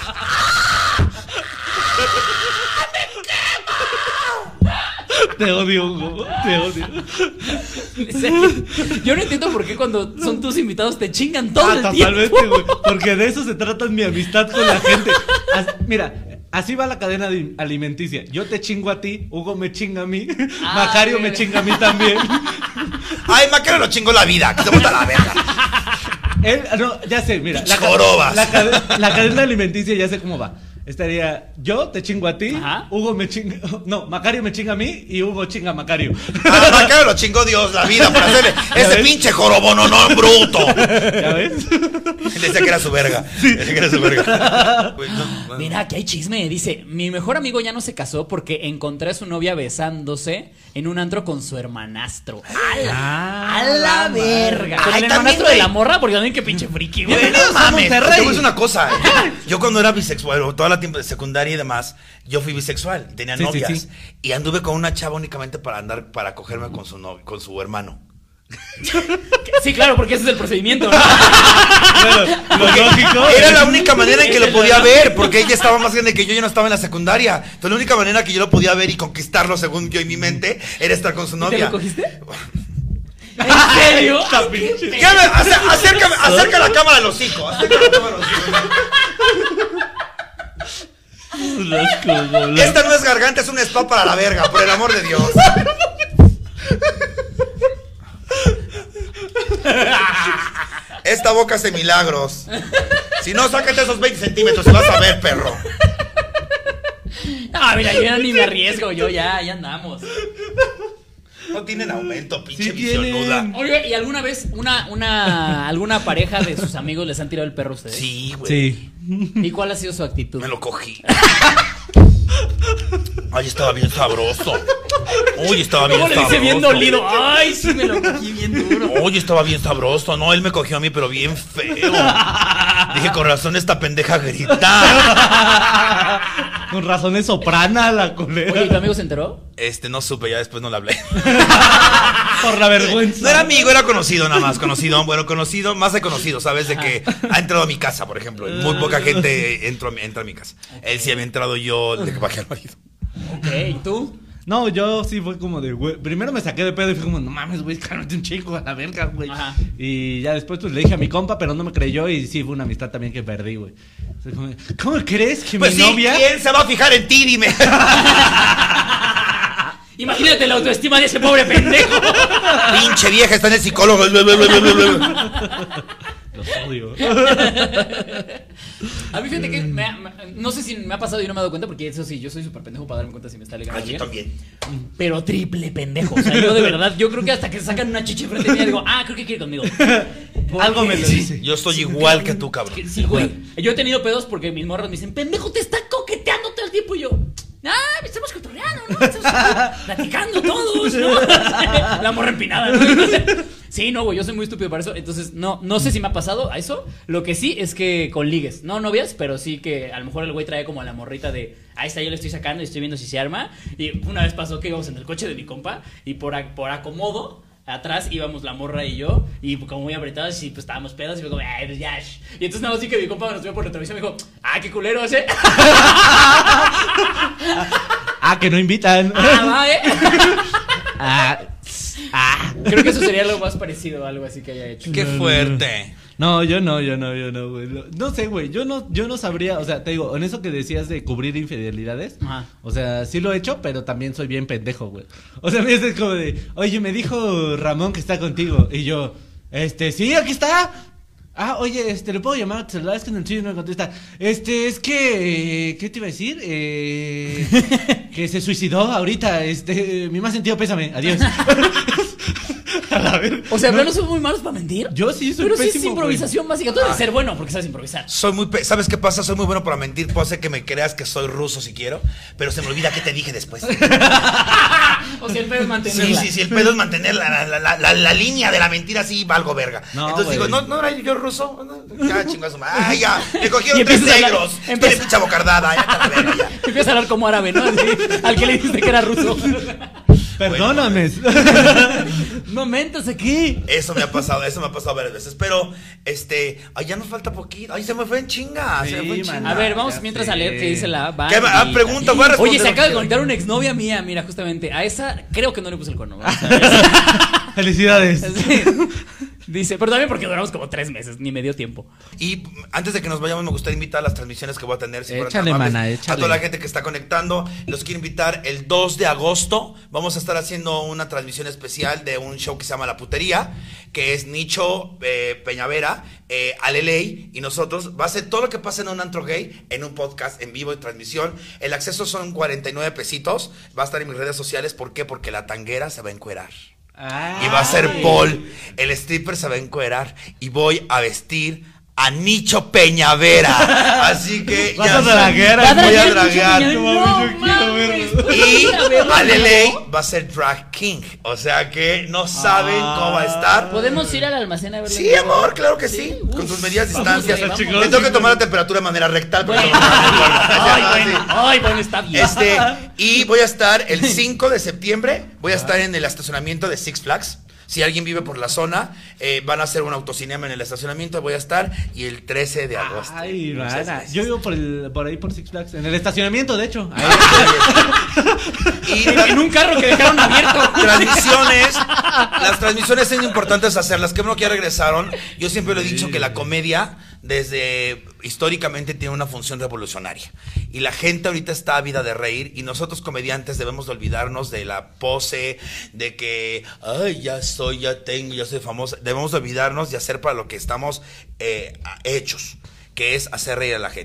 Speaker 1: Te odio, Hugo. Te odio.
Speaker 2: En serio, yo no entiendo por qué cuando son tus invitados te chingan todo
Speaker 1: Ah,
Speaker 2: el tiempo.
Speaker 1: totalmente, güey. Porque de eso se trata mi amistad con la gente. As- mira, así va la cadena de- alimenticia. Yo te chingo a ti, Hugo me chinga a mí,
Speaker 2: Ah,
Speaker 1: Macario me
Speaker 2: mira.
Speaker 1: chinga a mí también.
Speaker 3: Ay, Macario lo chingó la vida. Que se bota la verga.
Speaker 1: Él, no, ya sé, mira. La, ca-
Speaker 3: Jorobas.
Speaker 1: la, cade- la cadena alimenticia ya sé cómo va. Estaría, yo te chingo a ti,
Speaker 2: Ajá.
Speaker 1: Hugo me chinga, no, Macario me chinga a mí y Hugo chinga a Macario.
Speaker 3: A Macario lo chingó Dios la vida para hacerle ese
Speaker 1: ves?
Speaker 3: pinche jorobón, no, no, bruto.
Speaker 1: ¿Ya ves?
Speaker 3: Él decía que era su verga. Decía que era su verga. Güey, no, no.
Speaker 2: Mira, que hay chisme. Dice, mi mejor amigo ya no se casó porque encontré a su novia besándose en un antro con su hermanastro. ¡A la,
Speaker 1: Ah,
Speaker 2: a la
Speaker 1: la
Speaker 2: verga!
Speaker 3: madre.
Speaker 2: Con
Speaker 3: Ay,
Speaker 2: el
Speaker 3: también,
Speaker 2: hermanastro de
Speaker 3: güey.
Speaker 2: la morra, porque también qué pinche friki, güey.
Speaker 3: Güey, no
Speaker 1: Bienvenidos a
Speaker 3: mames. Te
Speaker 1: Monterrey.
Speaker 3: voy a decir una cosa. Yo cuando era bisexual, bueno, toda la tiempo de secundaria y demás, yo fui bisexual y tenía
Speaker 1: Sí, sí,
Speaker 3: novias.
Speaker 1: sí.
Speaker 3: Y anduve con una chava únicamente para andar, para cogerme con su novio, con su hermano.
Speaker 2: Sí, claro, porque ese es el procedimiento, ¿no?
Speaker 1: Bueno, lo lógico.
Speaker 3: Era la única manera en que lo podía ver, porque ella estaba más grande que yo, yo no estaba en la secundaria. Entonces la única manera que yo lo podía ver y conquistarlo, según yo y mi mente, era estar con su
Speaker 2: ¿Te
Speaker 3: novia.
Speaker 2: lo cogiste? ¿En serio?
Speaker 1: Esta
Speaker 2: Ay, qué
Speaker 1: pinche-
Speaker 2: pedo.
Speaker 3: Ya me- acer- acércame, acerca la cámara al hocico. Acerca la cámara al hocico. Esta no es garganta, es un spa para la verga, por el amor de Dios. Esta boca hace milagros. Si no, sácate esos veinte centímetros y vas a ver, perro.
Speaker 2: Ah, mira, yo ya ni me arriesgo, yo ya, ya andamos.
Speaker 3: No tienen aumento, pinche
Speaker 1: Sí
Speaker 3: visionuda.
Speaker 1: tienen.
Speaker 2: Oye, ¿y alguna vez una, una, alguna pareja de sus amigos les han tirado el perro a ustedes?
Speaker 3: Sí, güey.
Speaker 1: Sí.
Speaker 2: ¿Y cuál ha sido su actitud?
Speaker 3: Me lo cogí. Ay, estaba bien sabroso. Oye, estaba bien
Speaker 2: ¿Cómo le
Speaker 3: sabroso.
Speaker 2: dice bien dolido? Ay, sí me lo cogí bien duro.
Speaker 3: Oye, estaba bien sabroso. No, él me cogió a mí, pero bien feo. Dije, con razón esta pendeja grita.
Speaker 1: Con razón es soprana la culera.
Speaker 2: Oye, ¿y tu amigo se enteró?
Speaker 3: Este, no supe, ya después no le hablé.
Speaker 1: Por la vergüenza.
Speaker 3: No era amigo, era conocido nada más, conocido, bueno, conocido, más de conocido, ¿sabes? De que ha entrado a mi casa, por ejemplo. Muy poca gente entró, a mi- entra a mi casa. Él sí había entrado, yo le bajé al marido.
Speaker 2: Ok, ¿y tú?
Speaker 1: No, yo sí fue como de, güey. Primero me saqué de pedo y fue como, no mames, güey, cálmate un chico a la verga, güey.
Speaker 2: Ajá.
Speaker 1: Y ya después pues le dije a mi compa, pero no me creyó y sí fue una amistad también que perdí, güey. O sea, como, ¿cómo crees que
Speaker 3: Pues
Speaker 1: mi
Speaker 3: sí,
Speaker 1: novia?
Speaker 3: ¿quién se va a fijar en ti? Dime.
Speaker 2: Imagínate la autoestima de ese pobre pendejo.
Speaker 3: Pinche vieja, está en el psicólogo.
Speaker 1: Los odio.
Speaker 2: A mí fíjate que me ha- me- no sé si me ha pasado y no me he dado cuenta, porque eso sí, yo soy súper pendejo para darme cuenta si me está ligando
Speaker 3: Ay, yo
Speaker 2: alguien.
Speaker 3: también.
Speaker 2: Pero triple pendejo. O sea, yo de verdad, yo creo que hasta que sacan una chichi frente mía digo, ah, creo que quiere conmigo.
Speaker 1: Algo me lo
Speaker 2: Sí.
Speaker 1: dice.
Speaker 3: Yo soy igual que tú, cabrón.
Speaker 2: Sí, güey. Yo he tenido pedos porque mis morros me dicen, pendejo, te está coqueteando todo el tiempo. Y yo, ah, estamos cotorreando, ¿no? Estamos platicando todos, ¿no? La morra empinada, ¿no? Sí, no, güey, yo soy muy estúpido para eso. Entonces, no, no sé si me ha pasado a eso. Lo que sí es que con ligues, no novias, pero sí que a lo mejor el güey trae como a la morrita de, ahí está, yo le estoy sacando y estoy viendo si se arma. Y una vez pasó que íbamos en el coche de mi compa y por, a- por acomodo, atrás íbamos la morra y yo, y como muy apretados, y pues estábamos pedos, y fue como, ay, pues ya. sh". Y entonces nada más vi que mi compa nos vio por retrovisor y me dijo, ah, qué culero ese.
Speaker 1: Ah, que no invitan.
Speaker 2: Ah, va, eh.
Speaker 1: Ah, ah.
Speaker 2: Creo que eso sería lo más parecido a algo así que haya hecho.
Speaker 3: Qué fuerte.
Speaker 1: No, yo no, yo no, yo no, güey. Lo- No sé, güey. Yo no, yo no sabría, o sea, te digo, en eso que decías de cubrir infidelidades,
Speaker 2: Ajá.
Speaker 1: o sea, sí lo he hecho, pero también soy bien pendejo, güey. O sea, a mí es como de, oye, me dijo Ramón que está contigo. Y yo, este, sí, aquí está. Ah, oye, este, ¿le puedo llamar a tu celular? Es que en el suyo no me contesta. Este, es que, eh, ¿qué te iba a decir? Eh, que se suicidó ahorita, este, mi más sentido pésame, adiós. A la verga.
Speaker 2: O sea, pero no son muy malos para mentir.
Speaker 1: Yo sí soy
Speaker 2: Pero sí es
Speaker 1: pésimo,
Speaker 2: improvisación básica. Tú debes ser bueno porque sabes improvisar.
Speaker 3: Soy muy, pe- ¿sabes qué pasa? Soy muy bueno para mentir. Puedo hacer que me creas que soy ruso si quiero, pero se me olvida qué te dije después.
Speaker 2: O sea, el pedo es
Speaker 3: Sí,
Speaker 2: mantenerla.
Speaker 3: sí, sí, el pedo es mantener la, la, la, la, la línea de la mentira así, valgo verga.
Speaker 1: No,
Speaker 3: Entonces
Speaker 1: güey.
Speaker 3: digo, ¿no, no era yo ruso? No, ya, chingazo. Ay, ya, me cogieron
Speaker 2: Y
Speaker 3: tres
Speaker 2: empiezas a hablar-
Speaker 3: negros.
Speaker 2: empieza-
Speaker 3: Tiene pincha bocardada, ya te la verga, ya.
Speaker 2: Empieza a hablar como árabe, ¿no? Así, al que le dijiste que era ruso.
Speaker 1: Perdóname.
Speaker 2: No mentas aquí.
Speaker 3: Eso me ha pasado, eso me ha pasado varias veces. Pero, este, ay, ya nos falta poquito. Ay, se me fue en chinga. se me
Speaker 1: Sí,
Speaker 3: fue en
Speaker 1: man.
Speaker 3: chinga.
Speaker 2: A ver, vamos
Speaker 1: ya
Speaker 2: mientras
Speaker 1: sé.
Speaker 2: a leer qué dice la
Speaker 3: ¿Qué me- ah, pregunta, voy a responder
Speaker 2: Oye, se
Speaker 3: lo
Speaker 2: acaba
Speaker 3: que
Speaker 2: de contar
Speaker 3: quiero.
Speaker 2: una exnovia mía, mira, justamente. A esa creo que no le puse el cuerno. Vamos a ver.
Speaker 1: Felicidades.
Speaker 2: Sí. Dice, pero también porque duramos como tres meses, ni me dio tiempo.
Speaker 3: Y mm, antes de que nos vayamos, me gustaría invitar a las transmisiones que voy a tener. Si fueran tan
Speaker 1: Échale,
Speaker 3: amables,
Speaker 1: mana,
Speaker 3: A
Speaker 1: échale.
Speaker 3: toda la gente que está conectando, los quiero invitar el dos de agosto. Vamos a estar haciendo una transmisión especial de un show que se llama La Putería, que es Nicho eh, Peñavera, eh, Aleley y nosotros. Va a ser todo lo que pasa en un antro gay, en un podcast en vivo de transmisión. El acceso son cuarenta y nueve pesitos. Va a estar en mis redes sociales. ¿Por qué? Porque la tanguera se va a encuerar. Y va a ser Paul, el stripper se va a encuerar y voy a vestir a Nicho Peñavera. Así que
Speaker 1: Vas
Speaker 3: ya
Speaker 1: a
Speaker 3: saben,
Speaker 1: draguear,
Speaker 3: voy a
Speaker 2: Nicho
Speaker 3: draguear.
Speaker 2: Peñavera.
Speaker 1: No mames, yo quiero
Speaker 2: mames.
Speaker 1: verlo.
Speaker 3: Y
Speaker 2: A verlo,
Speaker 3: Aleley
Speaker 2: ¿no?
Speaker 3: va a ser drag king. O sea que no saben cómo va a estar.
Speaker 2: ¿Podemos ir al almacén a verlo?
Speaker 3: Sí, amor, claro que sí.
Speaker 2: Uf.
Speaker 3: Con sus medidas
Speaker 2: Vamos,
Speaker 3: distancias.
Speaker 2: güey,
Speaker 3: Le
Speaker 2: vamos.
Speaker 3: tengo que tomar la temperatura de manera rectal. pero
Speaker 2: Bueno.
Speaker 3: no me acuerdo.
Speaker 2: Ay,
Speaker 3: Ya,
Speaker 2: bueno,
Speaker 3: sí.
Speaker 2: ay, bueno, está bien.
Speaker 3: Este, y voy a estar el cinco de septiembre, voy a estar en el estacionamiento de Six Flags. Si alguien vive por la zona, eh, van a hacer un autocinema en el estacionamiento, voy a estar. Y el trece de agosto.
Speaker 1: Ay,
Speaker 3: Muchas
Speaker 1: rana.
Speaker 3: gracias.
Speaker 1: Yo vivo por, el, por ahí por Six Flags. En el estacionamiento, de hecho. Ahí.
Speaker 3: Y
Speaker 2: En un carro que dejaron abierto.
Speaker 3: transmisiones, las transmisiones son importantes hacerlas. Que bueno que ya regresaron. Yo siempre le he dicho que la comedia, desde históricamente, tiene una función revolucionaria. Y la gente ahorita está ávida de reír. Y nosotros, comediantes, debemos de olvidarnos de la pose, de que, ay, ya soy, ya tengo, ya soy famosa. Debemos de olvidarnos de hacer para lo que estamos eh, hechos, que es hacer reír a la gente. Entonces,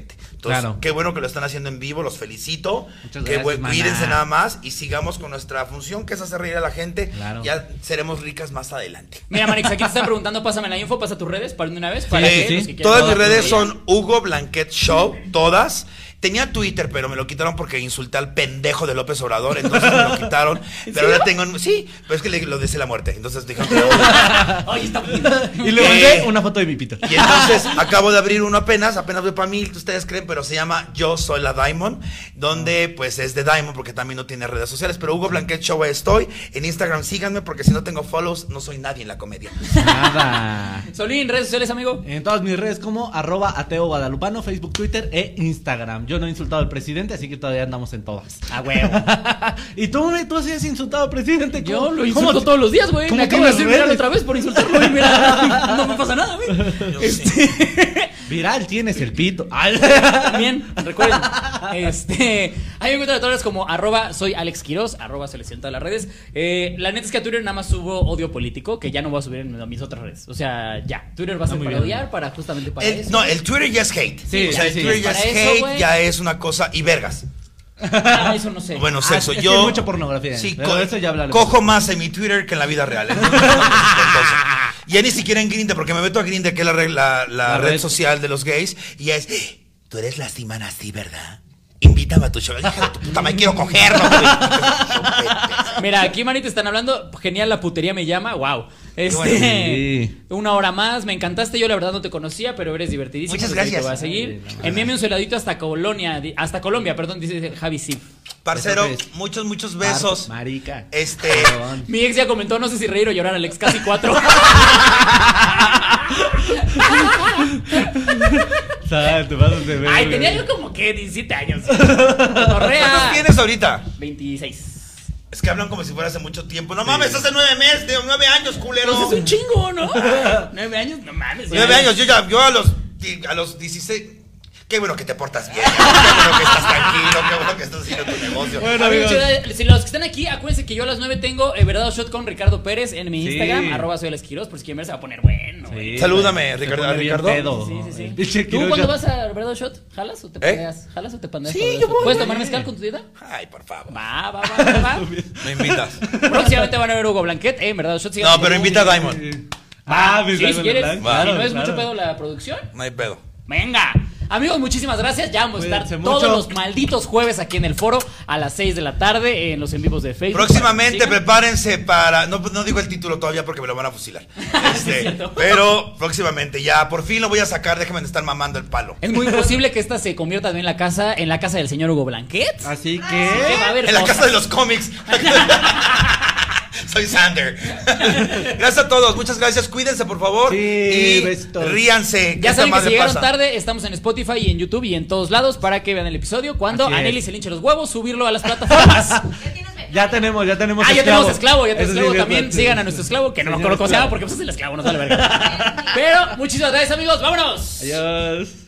Speaker 3: Entonces,
Speaker 1: Claro.
Speaker 3: qué bueno que lo están haciendo en vivo, los felicito.
Speaker 1: Muchas
Speaker 3: Qué
Speaker 1: gracias,
Speaker 3: buen-
Speaker 1: maná.
Speaker 3: cuídense nada más y sigamos con nuestra función, que es hacer reír a la gente.
Speaker 1: Claro.
Speaker 3: Ya seremos ricas más adelante.
Speaker 2: Mira, Manix, aquí te están preguntando, pásame la info, pasa tus redes, para de una vez, para
Speaker 3: Eh,
Speaker 2: que
Speaker 1: sí.
Speaker 2: los que quieran
Speaker 3: Todas mis
Speaker 2: todas
Speaker 3: redes
Speaker 2: tus
Speaker 3: son Hugo Blanquet Show, todas. Tenía Twitter, pero me lo quitaron porque insulté al pendejo de López Obrador, entonces me lo quitaron. Pero ahora tengo, sí, pero es que le, lo deseé la muerte, entonces dijeron que no.
Speaker 2: Oye, está bien.
Speaker 1: Y le
Speaker 3: Eh,
Speaker 1: mandé una foto de mi pito.
Speaker 3: Y entonces acabo de abrir uno apenas, apenas voy para mil, ustedes creen, pero se llama Yo Soy la Diamond, donde pues es de Diamond porque también no tiene redes sociales, pero Hugo Blanquet Show estoy. En Instagram síganme porque si no tengo follows no soy nadie en la comedia.
Speaker 1: Nada.
Speaker 2: Solín, redes sociales, amigo.
Speaker 1: En todas mis redes como arroba ateo guadalupano, Facebook, Twitter e Instagram. Yo no he insultado al presidente, así que todavía andamos en todas.
Speaker 2: A huevo.
Speaker 1: ¿Y tú, güey? ¿Tú sí has insultado al presidente?
Speaker 2: Yo
Speaker 1: ¿Cómo-
Speaker 2: lo
Speaker 1: cómo
Speaker 2: insulto
Speaker 1: te-
Speaker 2: todos los días, güey.
Speaker 1: cómo
Speaker 2: Me acabo de
Speaker 1: tienes
Speaker 2: hacer viral
Speaker 1: redes?
Speaker 2: otra vez por insultarlo y mira, no me pasa nada, güey.
Speaker 3: Yo
Speaker 2: Este,
Speaker 1: Viral tienes el pito. Ay.
Speaker 2: También, recuerden. Este, a mí me encuentran en todas las como arroba soy Alex Quiroz, arroba selección todas las redes. Eh, la neta es que a Twitter nada más subo odio político, que ya no voy a subir en mis otras redes. O sea, ya. Twitter va a ser
Speaker 1: Ah, muy
Speaker 2: para
Speaker 1: bien.
Speaker 2: odiar, para justamente para
Speaker 3: El-
Speaker 2: eso.
Speaker 3: no, el Twitter ya es hate.
Speaker 1: Sí,
Speaker 3: o sea,
Speaker 1: sí,
Speaker 3: el
Speaker 1: sí.
Speaker 3: Twitter ya
Speaker 2: Para
Speaker 3: es
Speaker 2: eso,
Speaker 3: hate,
Speaker 2: güey.
Speaker 3: ya es una cosa. Y vergas.
Speaker 2: Ah, eso no sé.
Speaker 3: Bueno,
Speaker 1: Ah,
Speaker 3: sexo.
Speaker 1: es que
Speaker 3: Yo.
Speaker 1: hay mucha pornografía.
Speaker 3: Sí,
Speaker 1: Pero
Speaker 3: co-
Speaker 1: de eso ya hablaremos.
Speaker 3: cojo más en mi Twitter que en la vida real. Entonces, entonces, ya ni siquiera en Grindr, porque me meto a Grindr, que es la, re- la, la
Speaker 1: La
Speaker 3: red,
Speaker 1: red.
Speaker 3: social de los gays, y es. Tú eres lastimana así, ¿verdad? Invítame a tu show. Hija de tu puta, me quiero cogerlo. güey.
Speaker 2: Mira, aquí manita están hablando, genial, la putería me llama, wow. Este,
Speaker 3: bueno.
Speaker 1: Sí.
Speaker 2: una hora más, me encantaste, yo la verdad no te conocía, pero eres divertidísimo.
Speaker 3: Muchas
Speaker 2: así que
Speaker 3: gracias.
Speaker 2: Te voy a seguir.
Speaker 1: Ay, no,
Speaker 2: Envíame un celadito hasta Colonia, di- hasta Colombia, perdón, dice Javi Sif.
Speaker 3: Parcero,
Speaker 1: Eso es.
Speaker 3: muchos, muchos besos.
Speaker 1: Marica.
Speaker 3: Este.
Speaker 1: Perdón.
Speaker 2: Mi ex ya comentó, no sé si reír o llorar, Alex, casi cuatro.
Speaker 1: ¿Sabes? Te pasas de ver.
Speaker 2: Ay,
Speaker 1: güey.
Speaker 2: tenía yo como que diecisiete años.
Speaker 3: ¿Cuántos
Speaker 2: Correa.
Speaker 3: tienes ahorita?
Speaker 2: veintiséis.
Speaker 3: Es que hablan como si fuera hace mucho tiempo. No mames, hace nueve meses, de nueve años, culero.
Speaker 2: Pues es un chingo, ¿no? Ay, nueve años, no mames. ya.
Speaker 3: Nueve años, yo ya, yo a los, a los dieciséis. Qué bueno que te portas bien. Qué bueno que estás tranquilo, qué bueno que estás haciendo tu negocio.
Speaker 1: Bueno,
Speaker 2: Amigos,
Speaker 1: amigos.
Speaker 2: si los que están aquí, acuérdense que yo a las nueve tengo eh, Verdad o Shot con Ricardo Pérez en mi
Speaker 1: Sí.
Speaker 2: Instagram, arroba soy Alex Quiroz, por si quieren ver, se va a poner bueno. güey.
Speaker 1: Sí,
Speaker 3: Salúdame,
Speaker 1: se
Speaker 3: Ricardo-
Speaker 1: pone bien
Speaker 3: Ricardo.
Speaker 1: pedo.
Speaker 2: Sí, sí, sí.
Speaker 1: El pinche
Speaker 2: ¿Tú
Speaker 1: Quiroz
Speaker 2: cuando
Speaker 1: ya-
Speaker 2: vas a Verdad o Shot? ¿Jalas o te
Speaker 3: ¿Eh?
Speaker 2: pandeas? ¿Jalas o te pandeas?
Speaker 3: Sí,
Speaker 2: con Verdad
Speaker 3: yo
Speaker 2: o Shot?
Speaker 3: voy,
Speaker 2: ¿Puedes
Speaker 3: güey.
Speaker 2: tomar mezcal con tu dieta?
Speaker 3: Ay, por favor.
Speaker 2: Va, va, va, va, va.
Speaker 3: Me invitas.
Speaker 2: Próximamente van a ver Hugo Blanquet, eh, en Verdad o Shot.
Speaker 3: No, pero invita a Diamond.
Speaker 1: Ah,
Speaker 2: Sí,
Speaker 1: mis
Speaker 2: si quieres.
Speaker 1: Blanc.
Speaker 2: Si
Speaker 3: Claro,
Speaker 2: no es
Speaker 1: claro.
Speaker 2: mucho pedo la producción.
Speaker 3: No hay pedo.
Speaker 2: Venga. Amigos, muchísimas gracias. Ya vamos a estar
Speaker 1: Cuídense
Speaker 2: todos
Speaker 1: mucho.
Speaker 2: los malditos jueves aquí en el foro a las seis de la tarde en los en vivos de Facebook.
Speaker 3: Próximamente
Speaker 2: Sigan.
Speaker 3: prepárense para. No, no digo el título todavía porque me lo van a fusilar. Este,
Speaker 2: cierto.
Speaker 3: pero próximamente ya, por fin lo voy a sacar. Déjenme de estar mamando el palo.
Speaker 2: Es muy posible que esta se convierta también en la casa, en la casa del señor Hugo Blanquet.
Speaker 1: Así
Speaker 2: Así que va a
Speaker 1: que.
Speaker 2: haber
Speaker 3: En la
Speaker 2: cosas.
Speaker 3: casa de los cómics. Soy Sander. Gracias a todos, muchas gracias. Cuídense, por favor.
Speaker 1: Sí,
Speaker 3: y
Speaker 1: besitos.
Speaker 3: ríanse.
Speaker 2: Ya
Speaker 3: esta
Speaker 2: saben que
Speaker 3: madre
Speaker 2: si llegaron
Speaker 3: pasa.
Speaker 2: tarde, estamos en Spotify y en YouTube y en todos lados para que vean el episodio. Cuando
Speaker 1: Así
Speaker 2: a
Speaker 1: es.
Speaker 2: Nelly se le hinche los huevos, subirlo a las plataformas.
Speaker 4: Ya tienes becario.
Speaker 1: Ya tenemos, ya tenemos
Speaker 2: Ah, ya tenemos esclavo, ya
Speaker 1: Eso
Speaker 2: tenemos
Speaker 1: sí,
Speaker 2: esclavo.
Speaker 1: ya
Speaker 2: También
Speaker 1: está.
Speaker 2: sigan a nuestro esclavo, que no me
Speaker 1: Señor
Speaker 2: acuerdo cómo se llama
Speaker 1: esclavo.
Speaker 2: porque pues es el esclavo, no sale verga. Pero muchísimas gracias, amigos. Vámonos.
Speaker 1: Adiós.